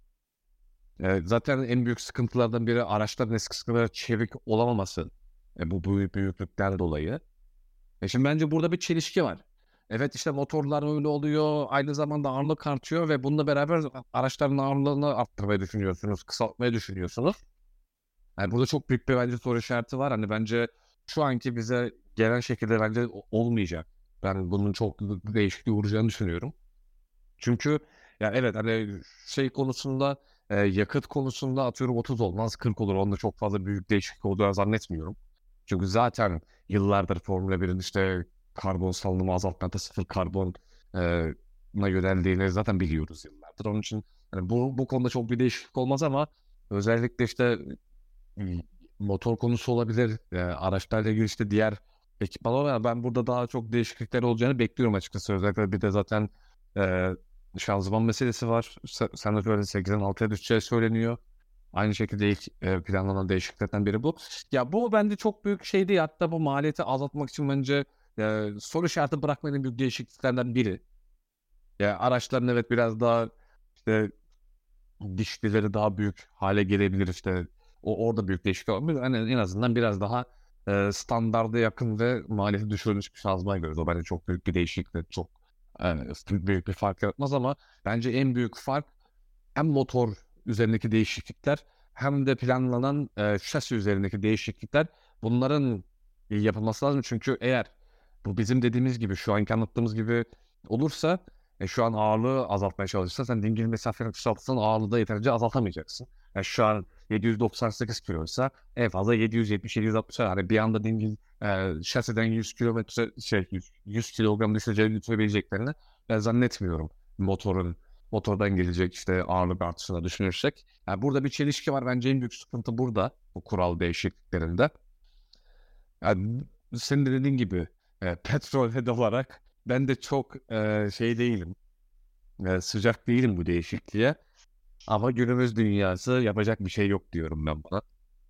E, zaten en büyük sıkıntılardan biri araçların eskisi kadar çevik olamaması. E, bu büyük büyüklükten dolayı. E şimdi bence burada bir çelişki var. Evet işte motorlar öyle oluyor. Aynı zamanda ağırlık artıyor ve bununla beraber araçların ağırlığını arttırmayı düşünüyorsunuz. Kısaltmayı düşünüyorsunuz. Yani burada çok büyük bir bence soru işareti var. Hani bence şu anki bize gelen şekilde bence olmayacak. Ben bunun çok değişikliğe uğrayacağını düşünüyorum. Çünkü ya evet hani şey konusunda e, yakıt konusunda atıyorum otuz olmaz kırk olur. Onda çok fazla büyük değişiklik olduğunu zannetmiyorum. Çünkü zaten yıllardır Formula birin işte karbon salınımı azaltmada sıfır karbon e, na yöneldiğini zaten biliyoruz yıllardır. Onun için hani bu, bu konuda çok bir değişiklik olmaz ama özellikle işte m, motor konusu olabilir. E, araçlarla ilgili işte diğer ekipmanlar var. Ben burada daha çok değişiklikler olacağını bekliyorum açıkçası. Özellikle bir de zaten e, şanzıman meselesi var. Sen, sen de söyledin sekizden altıya düşeceği söyleniyor. Aynı şekilde ilk e, planlanan değişikliklerden biri bu. Ya bu bence çok büyük şey değil. Hatta bu maliyeti azaltmak için bence e, soru işareti bırakmanın büyük değişikliklerden biri. Ya araçların evet biraz daha işte dişlileri daha büyük hale gelebilir işte. O orada büyük değişiklik olabilir. Yani en azından biraz daha e, standarda yakın ve maliyeti düşürülmüş bir şanzıman görüyoruz. O bence çok büyük bir değişiklik. Çok e, büyük bir fark yaratmaz ama bence en büyük fark hem motor üzerindeki değişiklikler hem de planlanan e, şasi üzerindeki değişiklikler bunların yapılması lazım. Çünkü eğer bu bizim dediğimiz gibi şu anki anlattığımız gibi olursa e, şu an ağırlığı azaltmaya çalışırsan sen dingil mesafeni kısaltırsan ağırlığı da yeterince azaltamayacaksın. Yani şu an yedi yüz doksan sekiz kiloysa en fazla yedi yüz yetmiş yedi yüz altmış hani bir anda dingil e, şasiden yüz kilometre şey yüz, yüz kilogram düşeceğini düşebileceklerini ben zannetmiyorum motorun motordan gelecek işte ağırlık artışını düşünürsek. Yani burada bir çelişki var. Bence en büyük sıkıntı burada. Bu kural değişikliklerinde. Yani senin de dediğin gibi e, petrol head olarak ben de çok e, şey değilim. E, sıcak değilim bu değişikliğe. Ama günümüz dünyası yapacak bir şey yok diyorum ben buna.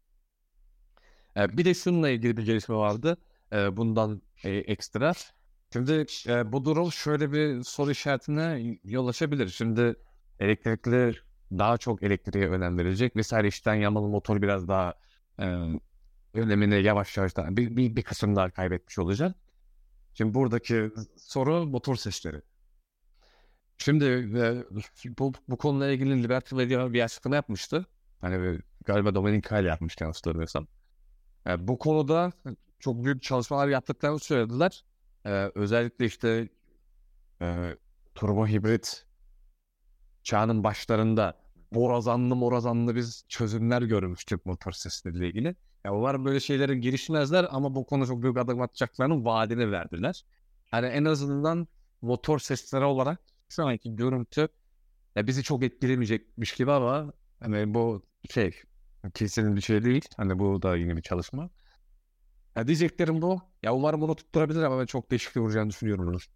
E, bir de şununla ilgili bir gelişme vardı. E, bundan e, ekstra. Şimdi e, bu durum şöyle bir soru işaretine yol açabilir. Şimdi elektrikli daha çok elektriğe önem verecek. Vesaire içten yanmalı motor biraz daha e, önemini yavaş yavaş daha, bir, bir, bir kısım daha kaybetmiş olacak. Şimdi buradaki soru motor sesleri. Şimdi e, bu, bu konuyla ilgili Liberty Media bir açıklama yapmıştı. Hani galiba Domenicali yapmıştı yanlış hatırlamıyorsam. E, bu konuda çok büyük çalışmalar yaptıklarını söylediler. E, özellikle işte e, turbo hibrit çağının başlarında borazanlı morazanlı biz çözümler görmüştük motor sesleriyle ilgili. Ya umarım böyle şeylere girişmezler ama bu konu çok büyük adım atacaklarının vaadini verdiler. Hani en azından motor sesleri olarak şu anki görüntü ya bizi çok etkilemeyecekmiş gibi ama hani bu şey kesin bir şey değil. Hani bu da yine bir çalışma. Ya diyeceklerim bu. Ya umarım bunu tutturabilir ama ben çok değişiklik olacağını düşünüyorum bunu.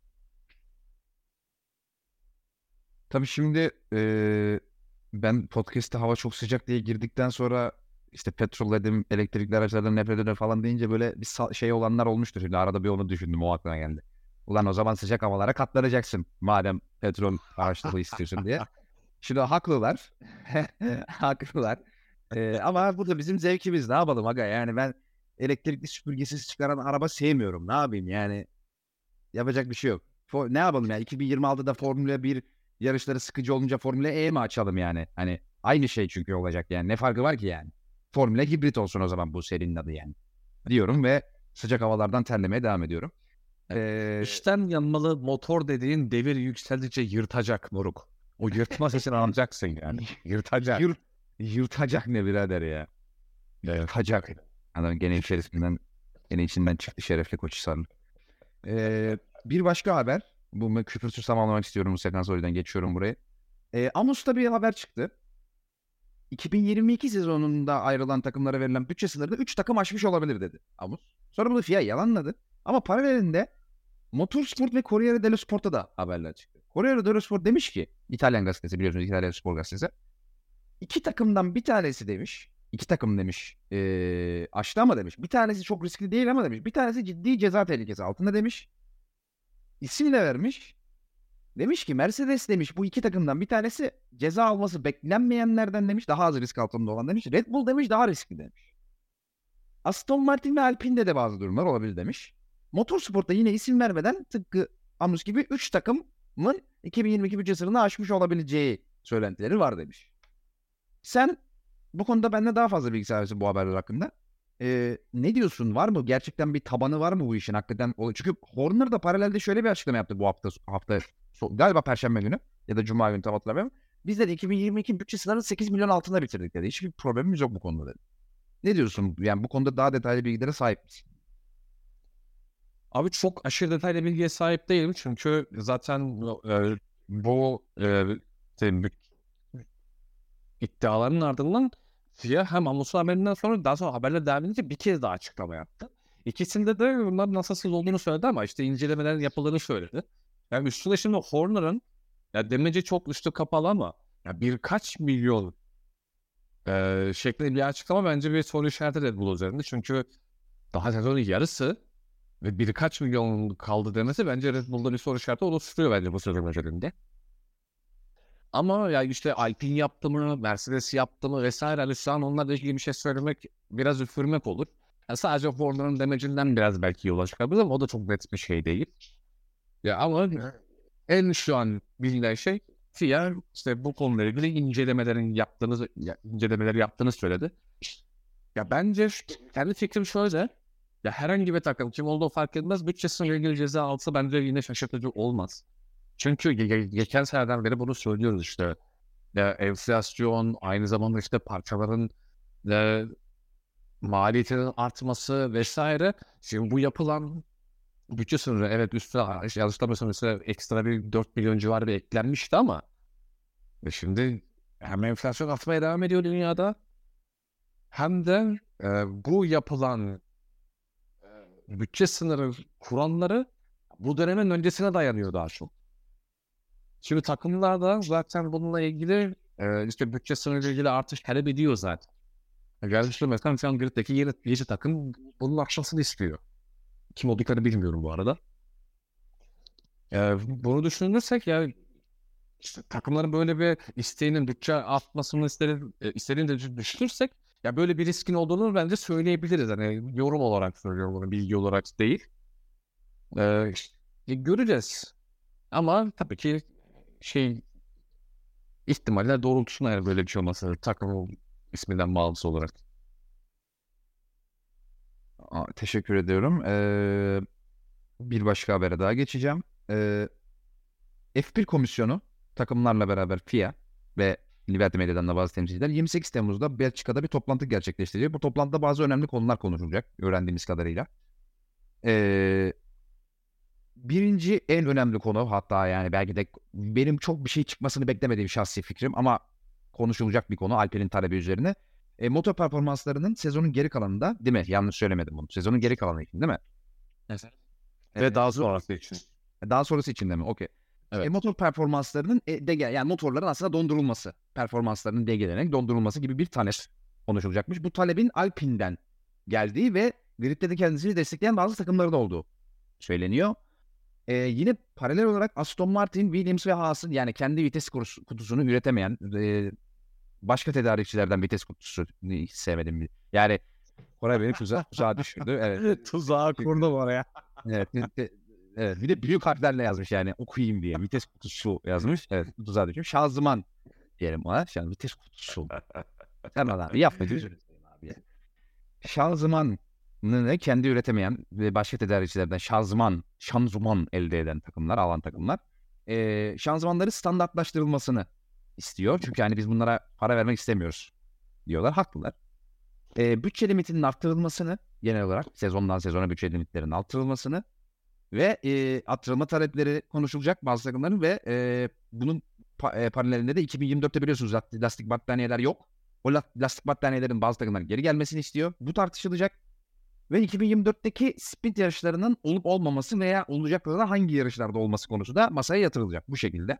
Tabii şimdi eee, ben podcast'te hava çok sıcak diye girdikten sonra işte petrol dedim, elektrikli araçlardan nefret ediyorum falan deyince böyle bir sa- şey olanlar olmuştur. Şimdi arada bir onu düşündüm, o aklıma geldi. Ulan o zaman sıcak havalara katlanacaksın madem petrol araçları istiyorsun diye. Şimdi haklılar. Haklılar. Eee, ama bu da bizim zevkimiz. Ne yapalım aga? Yani ben elektrikli süpürgesiz çıkaran araba sevmiyorum. Ne yapayım yani? Yapacak bir şey yok. For- ne yapalım ya? iki bin yirmi altıda Formula bir yarışları sıkıcı olunca Formula E mi açalım yani? Hani aynı şey çünkü olacak yani. Ne farkı var ki yani? Formula hibrit olsun o zaman bu serinin adı yani. Diyorum ve sıcak havalardan terlemeye devam ediyorum. Ee, İçten yanmalı motor dediğin devir yükseldikçe yırtacak moruk. O yırtma sesini alacaksın yani. Yırtacak. yırt, yırtacak ne birader ya? Yırtacak. Adam gene içerisinden gene içinden çıktı şerefli Koçhisarlı. Ee, bir başka haber. Bu küfürsüz tamamlamak istiyorum bu sekans, o yüzden geçiyorum buraya. Ee, Amus'ta bir haber çıktı. iki bin yirmi iki sezonunda ayrılan takımlara verilen bütçe sınırını üç takım aşmış olabilir dedi Amus. Sonra bunu F I A yalanladı. Ama paralelinde Motorsport ve Corriere dello Sport'ta da haberler çıktı. Corriere dello Sport demiş ki, İtalyan gazetesi biliyorsunuz, İtalyan spor gazetesi. İki takımdan bir tanesi demiş. İki takım demiş. Ee, aştı ama demiş. Bir tanesi çok riskli değil ama demiş. Bir tanesi ciddi ceza tehlikesi altında demiş. İsim de vermiş. Demiş ki Mercedes demiş bu iki takımdan bir tanesi ceza alması beklenmeyenlerden demiş, daha az risk altında olan demiş. Red Bull demiş daha riskli demiş. Aston Martin ve Alpine'de de bazı durumlar olabilir demiş. Motorsport'ta yine isim vermeden tıpkı Amus gibi üç takımın iki bin yirmi iki bütçe sınırını aşmış olabileceği söylentileri var demiş. Sen bu konuda benden daha fazla bilgi sahibisin bu haberler hakkında. Ee, ne diyorsun? Var mı? Gerçekten bir tabanı var mı bu işin? Hakikaten çünkü Horner da paralelde şöyle bir açıklama yaptı bu hafta hafta galiba Perşembe günü ya da Cuma günü, tam hatırlamıyorum. Biz de iki bin yirmi iki bütçe sınırını sekiz milyon altında bitirdik dedi. Hiçbir problemimiz yok bu konuda dedi. Ne diyorsun? Yani bu konuda daha detaylı bilgilere sahip misin? Abi çok aşırı detaylı bilgiye sahip değilim çünkü zaten e, bu e, iddiaların ardından F I A hem Amus'un haberinden sonra daha sonra haberler devam edince bir kez daha açıklama yaptı. İkisinde de bunlar nasılsız olduğunu söyledi ama işte incelemelerin yapıldığını söyledi. Yani üstüne şimdi Horner'ın ya demeci çok üstü kapalı ama ya birkaç milyon e, şeklinde bir açıklama bence bir soru işareti Red Bull üzerinde. Çünkü daha sezonun yarısı ve birkaç milyon kaldı demesi bence Red Bull'da bir soru işareti oluşturuyor bence bu sezon özelinde. Ama ya işte Alpine yaptı mı, Mercedes yaptı mı vesaire. Hani şu an onlarla ilgili bir şey söylemek biraz üfürmek olur. Yani sadece Horner'ın demecinden biraz belki yola çıkabilir ama o da çok net bir şey değil. Ya ama en şu an bilinen şey F I A işte bu konuyla ilgili incelemelerin yaptığını, ya, incelemeleri yaptığını söyledi. Ya bence kendi fikrim şöyle. Ya herhangi bir takım kim olduğu fark etmez. Bütçesine ilgili ceza alsa bence yine şaşırtıcı olmaz. Çünkü ge- ge- geçen seneden beri bunu söylüyoruz işte. Ya, enflasyon, aynı zamanda işte parçaların e, maliyetinin artması vesaire. Şimdi bu yapılan bütçe sınırı evet üstüne işte yanlışlamıyorsam mesela ekstra bir dört milyon civarı bir eklenmişti ama ve şimdi hem enflasyon artmaya devam ediyor dünyada hem de e, bu yapılan e, bütçe sınırı kuranları bu dönemin öncesine dayanıyor daha çok. Şimdi takımlar da zaten bununla ilgili e, işte bütçe sınırıyla ilgili artış talep ediyor zaten. Gelmişler mesela şu an griddeki yeni, yeni takım bunun aşmasını istiyor. Kim olduklarını bilmiyorum bu arada. E, bunu düşünürsek ya işte takımların böyle bir isteğinin bütçe artmasını istedi, e, istediğini de düşünürsek ya böyle bir riskin olduğunu bence söyleyebiliriz. Hani yorum olarak söylüyorum bunu, bilgi olarak değil. E, işte, göreceğiz. Ama tabii ki şey ihtimaller doğrultusunda yani böyle bir şey olması takımın isminden bağımsız olarak. Aa, teşekkür ediyorum. Ee, bir başka habere daha geçeceğim. Ee, F bir komisyonu takımlarla beraber F I A ve Liberty Medya'dan da bazı temsilciler yirmi sekiz Temmuz'da Belçika'da bir toplantı gerçekleştirecek. Bu toplantıda bazı önemli konular konuşulacak öğrendiğimiz kadarıyla. Ee, birinci en önemli konu, hatta yani belki de benim çok bir şey çıkmasını beklemediğim şahsi fikrim ama konuşulacak bir konu Alpine'in talebi üzerine. E, motor performanslarının sezonun geri kalanında, değil mi? Yanlış söylemedim bunu. Sezonun geri kalanı için değil mi? Evet. E, Ve daha sonrası için. daha sonrası için de mi? Okey. Evet. E, motor performanslarının e, dege, yani motorların aslında dondurulması, performanslarının dengelenerek dondurulması gibi bir talep konuşulacakmış. Bu talebin Alpine'den geldiği ve gridde de kendisini destekleyen bazı takımların olduğu söyleniyor. E, yine paralel olarak Aston Martin, Williams ve Haas'ın yani kendi vites kutusunu üretemeyen e, başka tedarikçilerden vites kutusu hiç sevmedim. Yani Koray beni tuzağa, tuzağa düşürdü. Evet. Tuzağı kurdum oraya. Evet. Evet, bir de büyük harflerle yazmış yani okuyayım diye. Vites kutusu yazmış. Evet, tuzağa düşmüş. Şanzıman diyelim ona. Yani vites kutusu. Tamam abi, yapma gözünü seveyim abi ya. Şanzımanını kendi üretemeyen ve başka tedarikçilerden şanzıman, şanzıman elde eden takımlar, alan takımlar e, şanzımanları standartlaştırılmasını istiyor. Çünkü hani biz bunlara para vermek istemiyoruz diyorlar. Haklılar. E, bütçe limitinin arttırılmasını, genel olarak sezondan sezona bütçe limitlerinin arttırılmasını ve e, arttırılma talepleri konuşulacak bazı takımların ve e, bunun pa- e, paralelinde de iki bin yirmi dörtte biliyorsunuz lastik battaniyeler yok. O la- lastik battaniyelerin bazı takımların geri gelmesini istiyor. Bu tartışılacak. Ve iki bin yirmi dörtteki sprint yarışlarının olup olmaması veya olacaklarına hangi yarışlarda olması konusu da masaya yatırılacak bu şekilde.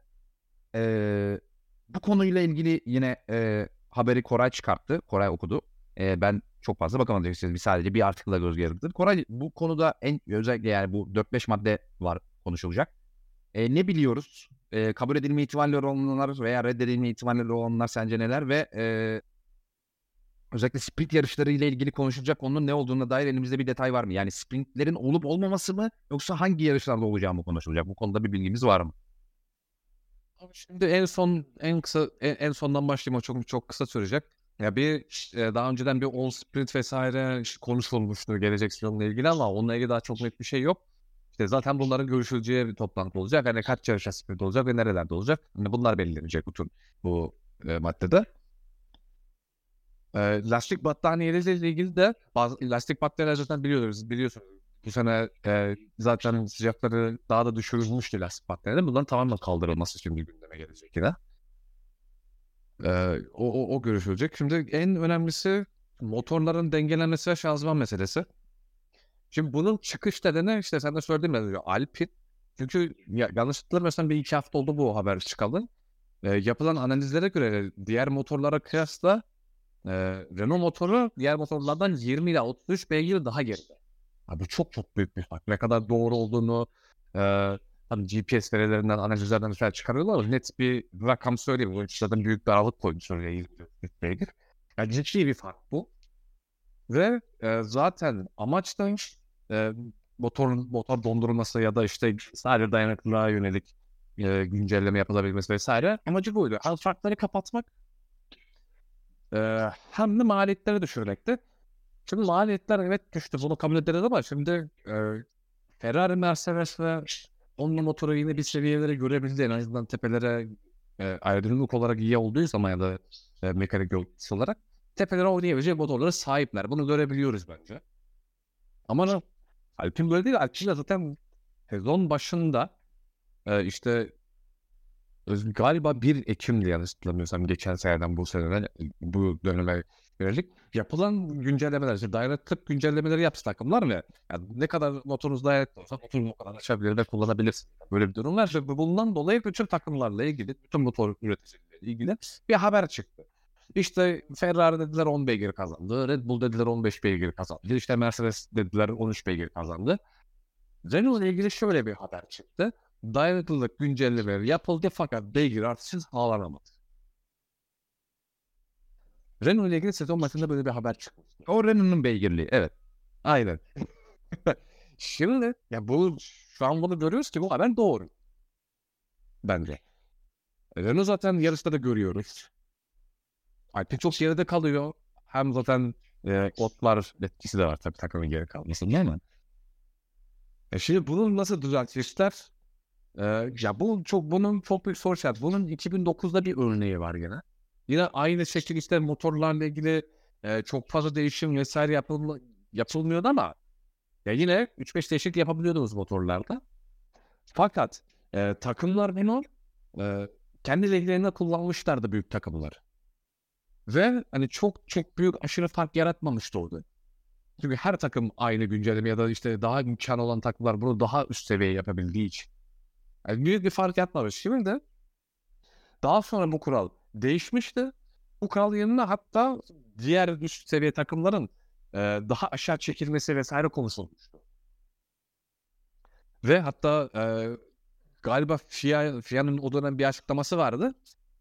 E, bu konuyla ilgili yine e, haberi Koray çıkarttı. Koray okudu. E, ben çok fazla bakamadım açıkçası. Bir sadece bir artikla göz gezdirdim. Koray bu konuda en özellikle yani bu dört beş madde var konuşulacak. E, ne biliyoruz? e, kabul edilme ihtimalleri olanlar veya reddedilme ihtimalleri olanlar sence neler ve e, özellikle sprint yarışları ile ilgili konuşulacak konunun ne olduğuna dair elimizde bir detay var mı? Yani sprintlerin olup olmaması mı yoksa hangi yarışlarda olacağı mı konuşulacak? Bu konuda bir bilgimiz var mı? Abi şimdi en son en kısa en, en sondan başlayayım, o çok çok kısa sürecek. Ya bir e, daha önceden bir on sprint vesaire konuşulmuştu gelecek sezonla ilgili ama onunla ilgili daha çok net bir şey yok. İşte zaten bunların görüşüleceği bir toplantı olacak. Hani kaç yarışa sprint olacak ve nerelerde olacak? Hani bunlar belirlenecek bütün bu e, maddede. E, lastik battaniyeleriyle ilgili de bazı lastik battaniyeler zaten biliyoruz, biliyorsunuz. Bu sene e, zaten sıcakları daha da düşürülmüştü lastik battaniyeler. Bunların tamamen kaldırılması şimdi gündeme gelecek yine. E, o, o, o görüşülecek. Şimdi en önemlisi motorların dengelenmesi ve şanzıman meselesi. Şimdi bunun çıkış nedeni işte sen de söylediğin gibi Alpine. Çünkü ya, yanlış hatırlamıyorsam bir iki hafta oldu bu haber çıkalı. E, yapılan analizlere göre diğer motorlara kıyasla e, Renault motoru diğer motorlardan yirmi ila otuz üç beygir daha geride. Abi bu çok çok büyük bir fark. Ne kadar doğru olduğunu e, hani G P S verilerinden, analizlerden mesela çıkarıyorlar ama net bir rakam söyleyeyim. Bu zaten büyük bir aralık koymuş oraya yirmi otuz beygir. Yani ciddi bir fark bu. Ve e, zaten amaç da e, motor, motor dondurulması ya da işte sadece dayanıklılığa yönelik e, güncelleme yapılabilmesi vesaire amacı buydu. Az farkları kapatmak e, hem de maliyetleri düşürmekti. Şimdi maliyetler evet düştü, bunu kabul ederiz ama şimdi e, Ferrari, Mercedes ve onun motoru yine bir seviyelere görebildi. En azından tepelere e, aerodinamik olarak iyi olduğu zaman ya da e, mekanik yolcusu olarak tepelere oynayabileceği motorlara sahipler. Bunu görebiliyoruz bence. Ama ne- Alpine böyle değil. Alpine zaten sezon başında e, işte öz- galiba bir Ekim'di yanlış hatırlamıyorsam geçen seneden bu seneden bu döneme yönelik yapılan güncellemeler, işte dayanıklık güncellemeleri yaptı takımlar mı? Yani ne kadar motorunuz dayanıklı olsa motorunu o kadar açabilir ve kullanabilirsiniz. Böyle bir durum var ve bundan dolayı bütün takımlarla ilgili, bütün motor üreticileriyle ilgili bir haber çıktı. İşte Ferrari dediler on beygir kazandı, Red Bull dediler on beş beygir kazandı, işte Mercedes dediler on üç beygir kazandı. Renault ile ilgili şöyle bir haber çıktı. Dayanıklılık güncellemeleri yapıldı fakat beygir artışı sağlanamadı. Renault ile ilgili sezon başında böyle bir haber çıkmıştı. O Renault'un beygirliği. Evet. Aynen. Şimdi ya bu şu an bunu görüyoruz ki bu haber doğru. Bence. Renault zaten yarışta da görüyoruz. Alpine çok geride kalıyor. Hem zaten e, otlar etkisi de var tabii takımın geri kalmasının ama. E şimdi bunu nasıl düzeltecekler? E, ya bu çok bunun çok büyük soru işareti. Bunun iki bin dokuzda bir örneği var gene. Yine aynı şekilde işte motorlarla ilgili e, çok fazla değişim vesaire yapılma, yapılmıyordu ama ya yine üç beş değişiklik yapabiliyordunuz motorlarda. Fakat e, takımlar Renault e, kendi lehlerine kullanmışlardı büyük takımlar. Ve hani çok çok büyük aşırı fark yaratmamıştı orada. Çünkü her takım aynı güncelleme ya da işte daha imkanı olan takımlar bunu daha üst seviye yapabildiği için. Yani büyük bir fark yapmamış. Şimdi de daha sonra bu kural değişmişti. Bu kural yerine hatta diğer üst seviye takımların e, daha aşağı çekilmesi vesaire konuşulmuştu. Ve hatta e, galiba F I A, F I A'nın o dönem bir açıklaması vardı.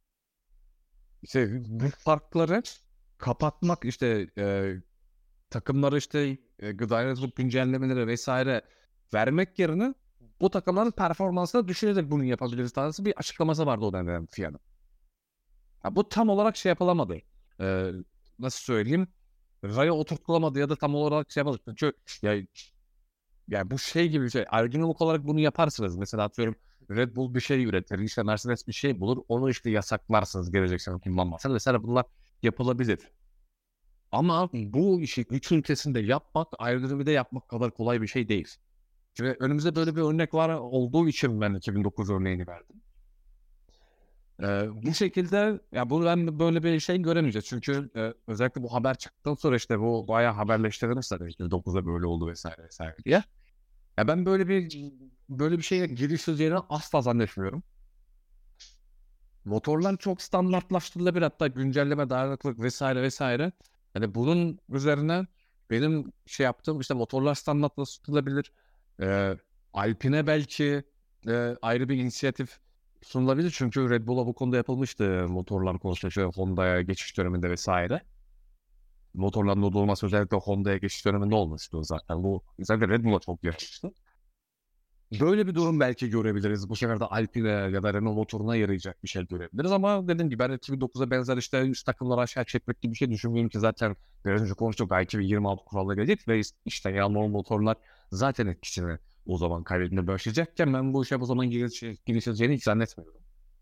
İşte bu farkları kapatmak işte e, takımlara işte e, gıdayanıklık güncellemeleri vesaire vermek yerine bu takımların performansını düşürerek bunu yapabiliriz tarzı bir açıklaması vardı o dönem F I A'nın. Ha, bu tam olarak şey yapılamadı. Ee, nasıl söyleyeyim? Raya oturtulamadı ya da tam olarak şey yapamadı. Çünkü ya, yani bu şey gibi bir şey. Ergonomik olarak bunu yaparsınız. Mesela atıyorum Red Bull bir şey üretir. İşte Mercedes bir şey bulur. Onu işte yasaklarsınız gelecek sene kullanmazsanız. Mesela bunlar yapılabilir. Ama bu işi güç ülkesinde yapmak, aerodinamide yapmak kadar kolay bir şey değil. Şimdi önümüzde böyle bir örnek var olduğu için ben iki bin dokuz örneğini verdim. Ee, bu şekilde ya bunu ben böyle bir şey göremeyeceğiz. Çünkü e, özellikle bu haber çıktıktan sonra işte bu bayağı haberleştirilmişler. İşte dokuzda böyle oldu vesaire vesaire diye. Ya ben böyle bir böyle bir şeye girişileceğini asla zannetmiyorum. Motorlar çok standartlaştırılabilir, hatta güncelleme, dayanıklılık vesaire vesaire. Hani bunun üzerine benim şey yaptığım işte motorlar standartlaştırılabilir. Ee, Alpine belki e, ayrı bir inisiyatif sunulabilir. Çünkü Red Bull'a bu konuda yapılmıştı motorlar konusunda. Şöyle Honda'ya geçiş döneminde vesaire. Motorların o olması özellikle Honda'ya geçiş döneminde olmuştu zaten. Bu özellikle Red Bull'a çok yakıştı. Böyle bir durum belki görebiliriz. Bu sefer de Alpine ya da Renault motoruna yarayacak bir şey görebiliriz. Ama dediğim gibi ben iki bin dokuza benzer işte üst takımları aşağı çekmek gibi bir şey düşünmüyorum ki zaten biraz önce konuştuk. Belki iki bin yirmi altı kuralına gelecek ve işte yanmalı motorlar zaten etkisini o zaman kaybetmeye başlayacakken ben bu işe bu zaman giriş- girişileceğini hiç zannetmiyorum.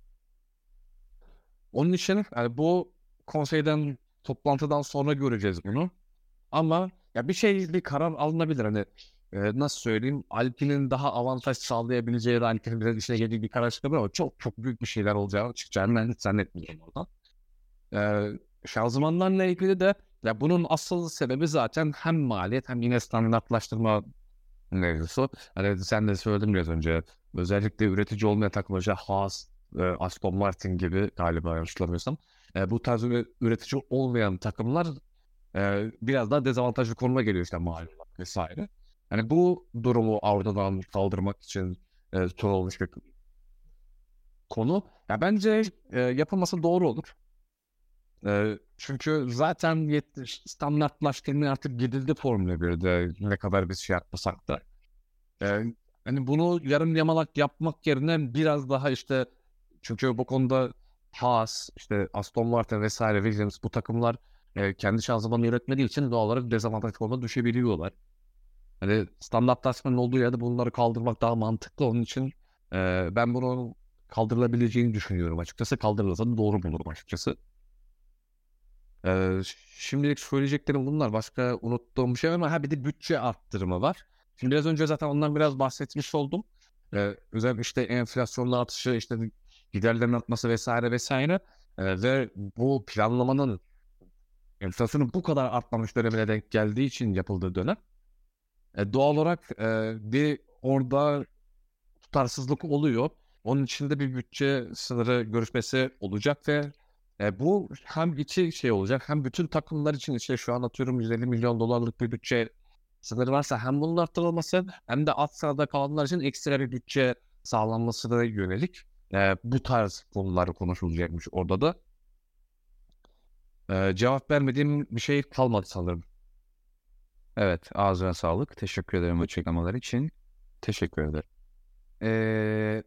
Onun için yani bu konseyden, toplantıdan sonra göreceğiz bunu. Ama ya bir şey, bir karar alınabilir. Hani e, nasıl söyleyeyim? Alpine'in daha avantaj sağlayabileceği, Alpine'in biraz işine geldiği bir karar çıkabilir ama çok çok büyük bir şeyler olacağı çıkacağını ben hiç zannetmiyorum oradan. E, Şanzımanlarla ilgili de ya bunun asıl sebebi zaten hem maliyet hem yine standartlaştırma mevzusu. Hani sen de söyledin biraz önce. Özellikle üretici olmayan takımlar, işte Haas, e, Aston Martin gibi galiba yanlış hatırlamıyorsam. E, bu tarz üre- üretici olmayan takımlar e, biraz daha dezavantajlı konuma geliyor işte mali olarak vesaire. Yani bu durumu ortadan kaldırmak için e, sorulmuş bir konu. Ya bence e, yapılması doğru olur. E, çünkü zaten yet- standartlaştırmaya artık gidildi Formula birde ne kadar biz şey yapmasak da. Ee, Hani bunu yarım yamalak yapmak yerine biraz daha işte çünkü bu konuda Haas, işte Aston Martin vesaire Williams bu takımlar e, kendi şanzımanı üretmediği için doğal olarak dezavantaj konuma düşebiliyorlar. Hani standartlaşmanın olduğu yerde bunları kaldırmak daha mantıklı. Onun için e, ben bunu kaldırılabileceğini düşünüyorum açıkçası. Kaldırılırsa da doğru bulurum açıkçası. Ee, Şimdilik söyleyeceklerim bunlar. Başka unuttuğum bir şey var ama ha bir de bütçe arttırımı var. Şimdi biraz önce zaten ondan biraz bahsetmiş oldum. Ee, özellikle işte enflasyonun artışı, işte giderlerin artması vesaire vesaire. Ee, ve bu planlamanın enflasyonun bu kadar artmamış dönemine denk geldiği için yapıldığı dönem. E, doğal olarak e, bir orada tutarsızlık oluyor. Onun içinde bir bütçe sınırı görüşmesi olacak ve e, bu hem içi şey olacak hem bütün takımlar için işte şu an atıyorum yüz elli milyon dolarlık bir bütçe sınırı varsa hem bunun arttırılması hem de alt sırada kalanlar için ekstra bir bütçe sağlanmasına yönelik e, bu tarz konular konuşulacakmış orada da. E, cevap vermediğim bir şey kalmadı sanırım. Evet, ağzına sağlık. Teşekkür ederim açıklamalar için. Teşekkür ederim. Ee,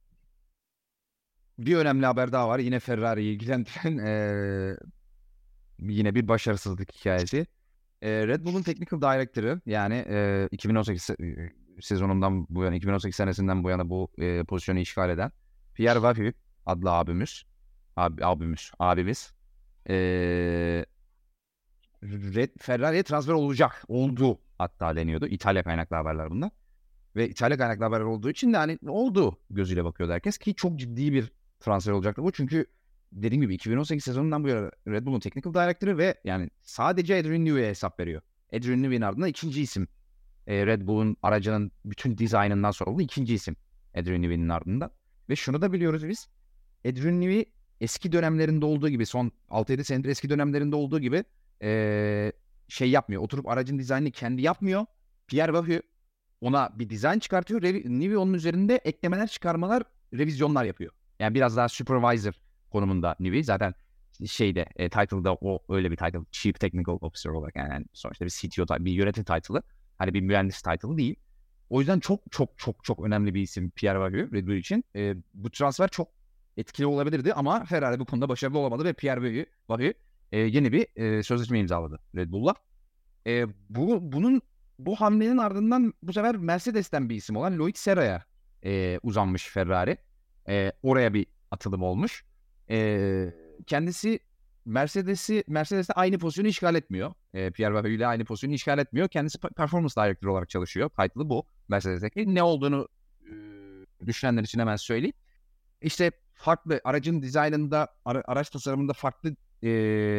bir önemli haber daha var. Yine Ferrari'yi ilgilendiren ee, yine bir başarısızlık hikayesi. Ee, Red Bull'un Technical Director'ı yani ee, iki bin on sekiz se- sezonundan bu yana, iki bin on sekiz senesinden bu yana bu ee, pozisyonu işgal eden Pierre Vahu adlı abimiz, abi, abimiz, abimiz ee, Red, Ferrari'ye transfer olacak. Oldu hatta deniyordu. İtalya kaynaklı haberler bunlar. Ve İtalya kaynaklı haberler olduğu için de hani oldu gözüyle bakıyordu herkes ki çok ciddi bir transfer olacaktı bu. Çünkü dediğim gibi iki bin on sekiz sezonundan bu yana Red Bull'un technical director'ı ve yani sadece Adrian Newey'e hesap veriyor. Adrian Newey'in ardından ikinci isim. E, Red Bull'un aracının bütün dizaynından sorumlu ikinci isim Adrian Newey'in ardından. Ve şunu da biliyoruz biz. Adrian Newey eski dönemlerinde olduğu gibi son altı yedi senedir eski dönemlerinde olduğu gibi e, şey yapmıyor. Oturup aracın dizaynını kendi yapmıyor. Pierre Vahu ona bir dizayn çıkartıyor. Revi- Newey onun üzerinde eklemeler, çıkarmalar, revizyonlar yapıyor. Yani biraz daha supervisor konumunda Newey. Zaten şeyde e, title'da o öyle bir title. Chief Technical Officer olarak yani, yani sonuçta bir C T O, ti- bir yönetim title'ı. Hani bir mühendis title'ı değil. O yüzden çok çok çok çok önemli bir isim Pierre Vahu Red Bull için. E, bu transfer çok etkili olabilirdi ama Ferrari bu konuda başarılı olamadı ve Pierre Vahu, Vahu e, yeni bir e, sözleşme imzaladı Red Bull'la. E, bu bunun bu hamlenin ardından bu sefer Mercedes'ten bir isim olan Loic Serra'ya e, uzanmış Ferrari. E, oraya bir atılım olmuş. E, kendisi Mercedes'i Mercedes'te aynı pozisyonu işgal etmiyor. E, Pierre Vahu ile aynı pozisyonu işgal etmiyor. Kendisi performance director olarak çalışıyor. Title'ı bu Mercedes'teki. Ne olduğunu e, düşünenler için hemen söyleyeyim. İşte farklı aracın dizaynında, ara, araç tasarımında farklı e,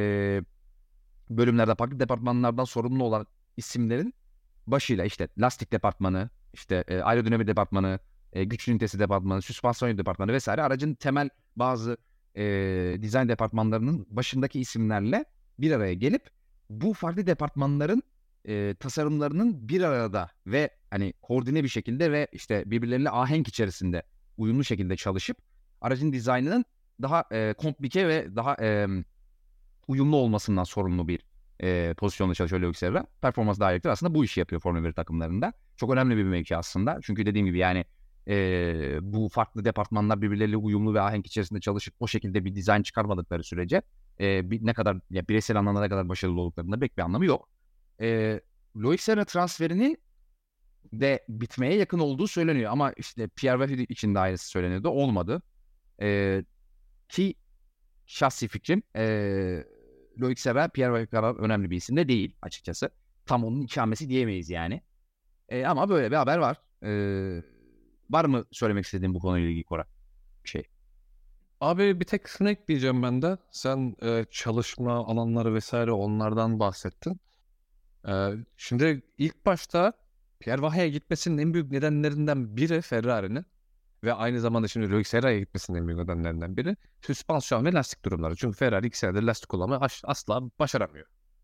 bölümlerde, farklı departmanlardan sorumlu olan isimlerin başıyla işte lastik departmanı, işte e, aerodinamik departmanı, e, güç ünitesi departmanı, süspansiyon departmanı vesaire aracın temel bazı e, dizayn departmanlarının başındaki isimlerle bir araya gelip bu farklı departmanların e, tasarımlarının bir arada ve hani koordine bir şekilde ve işte birbirleriyle ahenk içerisinde uyumlu şekilde çalışıp aracın dizaynının daha e, komplike ve daha e, uyumlu olmasından sorumlu bir e, pozisyonda çalışıyor Loic Serra. Performans direktör aslında bu işi yapıyor Formula bir takımlarında. Çok önemli bir mevki aslında. Çünkü dediğim gibi yani e, bu farklı departmanlar birbirleriyle uyumlu ve ahenk içerisinde çalışıp o şekilde bir dizayn çıkarmadıkları sürece e, bir, ne kadar ya bireysel anlamda ne kadar başarılı olduklarında pek bir anlamı yok. E, Loic Serra transferinin de bitmeye yakın olduğu söyleniyor. Ama işte Pierre Gasly için de aynısı söyleniyordu. Olmadı. E, ki şahsi fikrim e, Loic Serra, Pierre Gasly kadar önemli bir isim de değil açıkçası. Tam onun ikamesi diyemeyiz yani. E, ama böyle bir haber var. E, var mı söylemek istediğin bu konuyla ilgili Koray? Bir şey. Abi bir tek şunu ekleyeceğim ben de. Sen e, çalışma alanları vesaire onlardan bahsettin. E, şimdi ilk başta Pierre Gasly'e gitmesinin en büyük nedenlerinden biri Ferrari'nin ve aynı zamanda şimdi Loic Serra'ya gitmesinin en büyük nedenlerinden biri süspansiyon ve lastik durumları. Çünkü Ferrari iki senedir lastik kullanmayı as- asla başaramıyor.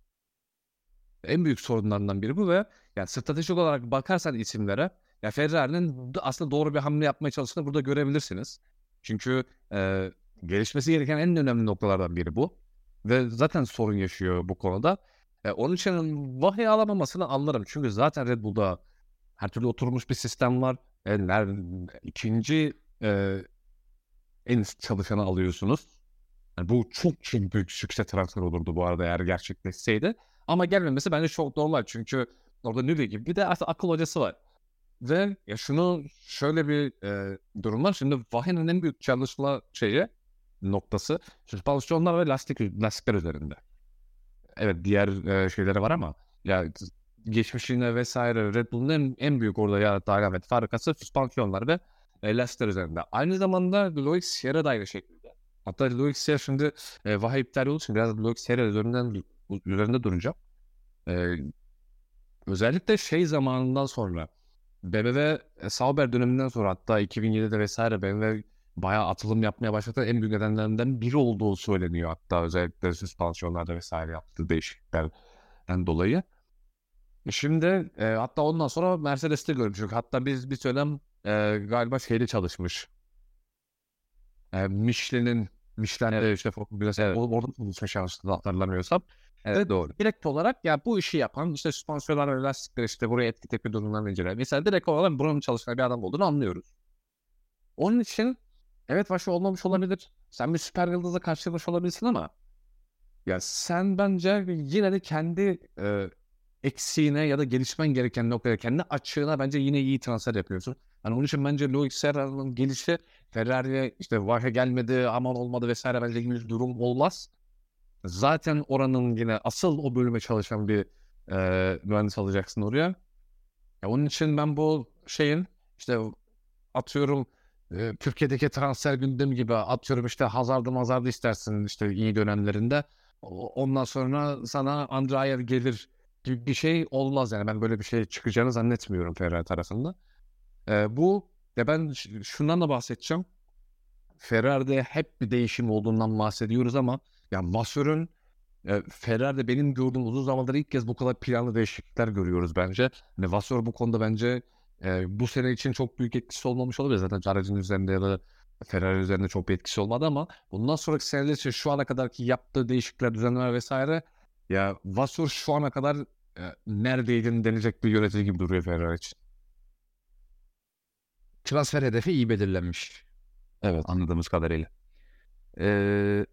En büyük sorunlarından biri bu ve yani stratejik olarak bakarsan isimlere ya Ferrari'nin aslında doğru bir hamle yapmaya çalıştığını burada görebilirsiniz. Çünkü e, gelişmesi gereken en önemli noktalardan biri bu. Ve zaten sorun yaşıyor bu konuda. E, onun için vahiy alamamasını anlarım. Çünkü zaten Red Bull'da her türlü oturmuş bir sistem var. E, ner- ikinci e, en üst çalışanı alıyorsunuz. Yani bu çok çok büyük sükse transfer olurdu bu arada eğer gerçekleşseydi. Ama gelmemesi bence çok normal. Çünkü orada Nüri gibi bir de aslında akıl hocası var. Ve ya şunu şöyle bir e, durum var. Şimdi Vaha'nın en büyük çalışma şeyi noktası süspansiyonlar ve lastik lastikler üzerinde. Evet diğer e, şeyleri var ama ya geçmişine vesaire Red Bull'un en, en büyük orada yarattığı alamet farkası süspansiyonlar ve e, lastikler üzerinde. Aynı zamanda Loic Serra da aynı şekilde. Hatta Loic Serra şimdi e, Vaha iptal olduğu için biraz Loic Serra üzerinden üzerinde duracağım. E, özellikle şey zamanından sonra B M W e, Sauber döneminden sonra hatta iki bin yedide vesaire B M W bayağı atılım yapmaya başladı. En büyük nedenlerinden biri olduğu söyleniyor hatta özellikle süspansiyonlarda vesaire yaptığı değişikliklerden dolayı. E Şimdi e, hatta ondan sonra Mercedes'te görmüştük. Hatta biz bir dönem e, galiba şeyde çalışmış. E, Michelin'in Michelin'de Evet. işte Formula bir Evet. orada çalışmış aslında hatırlamıyorsam. Evet, Ve doğru. direkt olarak ya bu işi yapan işte süspansiyonlar ve lastikler işte buraya etki tepki durumlarını inceleyen. Mesela direkt olarak buranın çalışan bir adam olduğunu anlıyoruz. Onun için evet başı olmamış olabilir. Sen bir süper yıldızla karşılamış olabilirsin ama ya sen bence yine de kendi e, eksiğine ya da gelişmen gereken noktaya, kendi açığına bence yine iyi transfer yapıyorsun. Yani onun için bence Loic Serra'nın gelişi Ferrari'ye işte Vahe gelmedi, aman olmadı vesaire bence gibi bir durum olmaz. Zaten oranın yine asıl o bölüme çalışan bir e, mühendis alacaksın oraya. Ya onun için ben bu şeyin işte atıyorum e, Türkiye'deki transfer gündemi gibi atıyorum işte Hazard'ı mazardı istersin işte iyi dönemlerinde. O- Ondan sonra sana Andrea gelir gibi bir şey olmaz yani. Ben böyle bir şey çıkacağını zannetmiyorum Ferrari tarafında. E, bu ya ben ş- şundan da bahsedeceğim. Ferrari'de hep bir değişim olduğundan bahsediyoruz ama ya Vasseur'ün e, Ferrari'de benim gördüğüm uzun zamandır ilk kez bu kadar planlı değişiklikler görüyoruz bence. Hani Vasseur bu konuda bence e, bu sene için çok büyük etkisi olmamış olabilir. Zaten aracın üzerinde ya da Ferrari üzerinde çok bir etkisi olmadı ama bundan sonraki seneler için şu ana kadarki yaptığı değişiklikler, düzenlemeler vesaire ya Vasseur şu ana kadar e, neredeydin denecek bir yönetici gibi duruyor Ferrari için. Transfer hedefi iyi belirlenmiş Evet. anladığımız kadarıyla. Ee,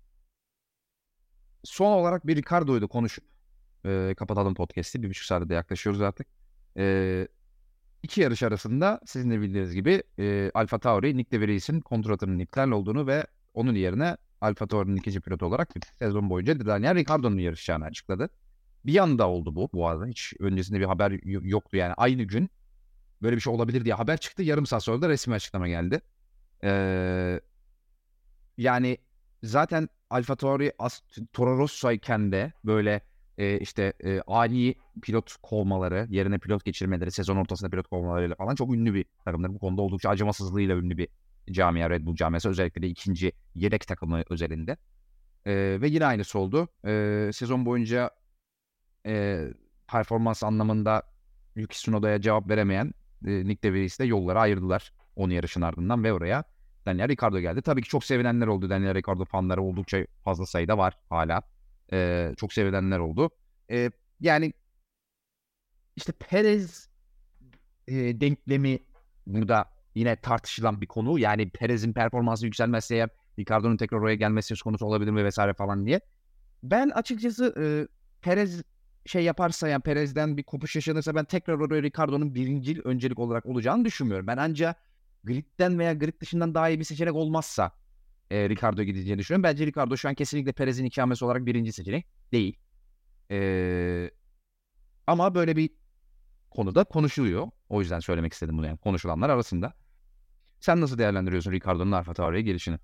son olarak bir Ricardo'ydu konuşup e, kapatalım podcast'i. Bir buçuk saate de yaklaşıyoruz artık. Ee, iki yarış arasında sizin de bildiğiniz gibi e, Alfa Tauri, Nick de Vries'in kontratının iptal olduğunu ve onun yerine Alfa Tauri'nin ikinci pilotu olarak sezon boyunca Daniel Ricciardo'nun yarışacağını açıkladı. Bir anda oldu bu bu arada. Hiç öncesinde bir haber y- yoktu yani. Aynı gün böyle bir şey olabilir diye haber çıktı. Yarım saat sonra da resmi açıklama geldi. Ee, yani zaten Alfa Tauri As- Toro Rosso'yken de böyle e, işte e, ani pilot kovmaları, yerine pilot geçirmeleri, sezon ortasında pilot kovmalarıyla falan çok ünlü bir takımdır. Bu konuda oldukça acımasızlığıyla ünlü bir camia Red Bull camiası. Özellikle de ikinci yedek takımı özelinde. E, ve yine aynısı oldu. E, sezon boyunca e, performans anlamında Yuki Tsunoda'ya cevap veremeyen e, Nick de Vries'le yolları ayırdılar. Onu yarışın ardından ve oraya Daniel Ricciardo geldi. Tabii ki çok sevinenler oldu. Daniel Ricciardo fanları oldukça fazla sayıda var hala. Ee, çok sevinenler oldu. Ee, yani işte Perez e, denklemi burada yine tartışılan bir konu. Yani Perez'in performansı yükselmezse eğer Ricciardo'nun tekrar oraya gelmesi söz konusu olabilir mi vesaire falan diye. Ben açıkçası e, Perez şey yaparsa, yani Perez'den bir kopuş yaşanırsa ben tekrar oraya Ricciardo'nun birinci öncelik olarak olacağını düşünmüyorum. Ben ancak gridden veya grid dışından daha iyi bir seçenek olmazsa e, Ricciardo gideceğini düşünüyorum. Bence Ricciardo şu an kesinlikle Perez'in ikamesi olarak birinci seçenek değil. E, ama böyle bir konuda konuşuluyor. O yüzden söylemek istedim bunu, yani konuşulanlar arasında. Sen nasıl değerlendiriyorsun Ricciardo'nun AlphaTauri'ye gelişini?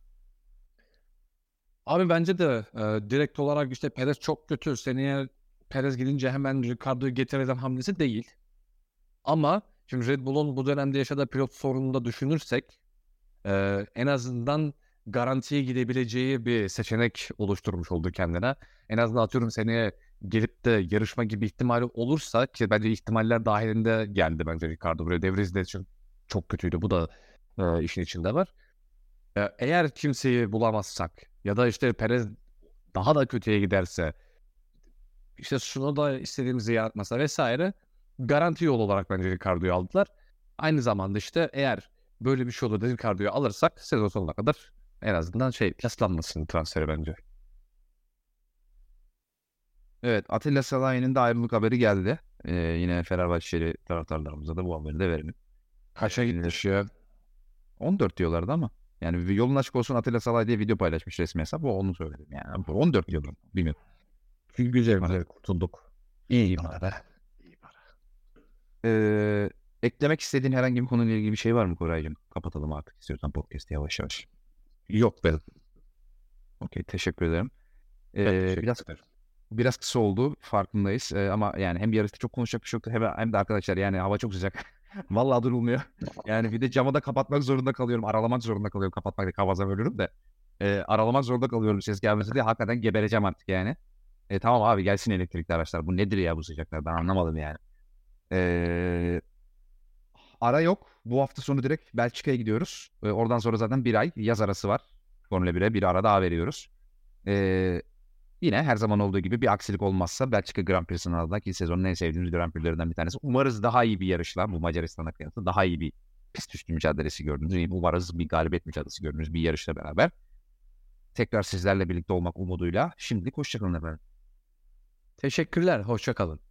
Abi bence de e, direkt olarak işte Perez çok kötü. Seneye Perez gidince hemen Ricardo'yu getireceğim hamlesi değil. Ama şimdi Red Bull'un bu dönemde yaşadığı pilot sorununu da düşünürsek e, en azından garantiye gidebileceği bir seçenek oluşturmuş oldu kendine. En azından atıyorum seneye gelip de yarışma gibi ihtimali olursa, ki bence ihtimaller dahilinde geldi bence Ricardo buraya. De Vries de çok, çok kötüydü. Bu da e, işin içinde var. E, eğer kimseyi bulamazsak ya da işte Perez daha da kötüye giderse, işte şunu da istediğimizi yaratmasa vesaire, garanti yol olarak bence Ricardo'yu aldılar. Aynı zamanda işte eğer böyle bir şey olur da Ricardo'yu alırsak sezon sonuna kadar en azından şey yaslanmasın transferi bence. Evet, Atilla Salahin'in de ayrılık haberi geldi. Ee, yine Fenerbahçeli taraftarlarımıza da bu haberi de verelim. Kaça gitmiş ya? on dört diyorlardı ama. Yani bir yolun açık olsun Atilla Salay diye video paylaşmış resmi hesap. O onu söyledim yani. on dört diyorlar. Bilmiyorum. Güzel güzel kurtulduk. İyi para be. İyi para. Ee, eklemek istediğin herhangi bir konuyla ilgili bir şey var mı Koraycığım? Kapatalım artık istiyorsan podcast'i yavaş yavaş. Yok be. Okey, teşekkür ederim. Ben Ee, teşekkür biraz ederim. biraz kısa oldu, farkındayız. Ee, ama yani hem yarışta çok konuşacak bir şey yoktu, hem, hem de arkadaşlar yani hava çok sıcak. Vallahi durulmuyor. Yani bir de camı da kapatmak zorunda kalıyorum. Aralamak zorunda kalıyorum. Kapatmak değil, havaza bölüyorum da. Ee, aralamak zorunda kalıyorum ses gelmesi diye. Hakikaten gebereceğim artık yani. E, tamam abi, gelsin elektrikli araçlar. Bu nedir ya bu sıcaklar? Ben anlamadım yani. Ee, ara yok. Bu hafta sonu direkt Belçika'ya gidiyoruz. Ee, oradan sonra zaten bir ay yaz arası var. Formula bire bir ara daha veriyoruz. Ee, Yine her zaman olduğu gibi bir aksilik olmazsa Belçika Grand Prix'sinin ardından, ki sezonun en sevdiğimiz Grand Prix'lerinden bir tanesi. Umarız daha iyi bir yarışla, bu Macaristan'a kıyasla daha iyi bir pist üstü mücadelesi gördüğünüz, umarız bir galibiyet mücadelesi gördüğünüz bir yarışla beraber tekrar sizlerle birlikte olmak umuduyla şimdilik hoşçakalın efendim. Teşekkürler. Hoşça kalın.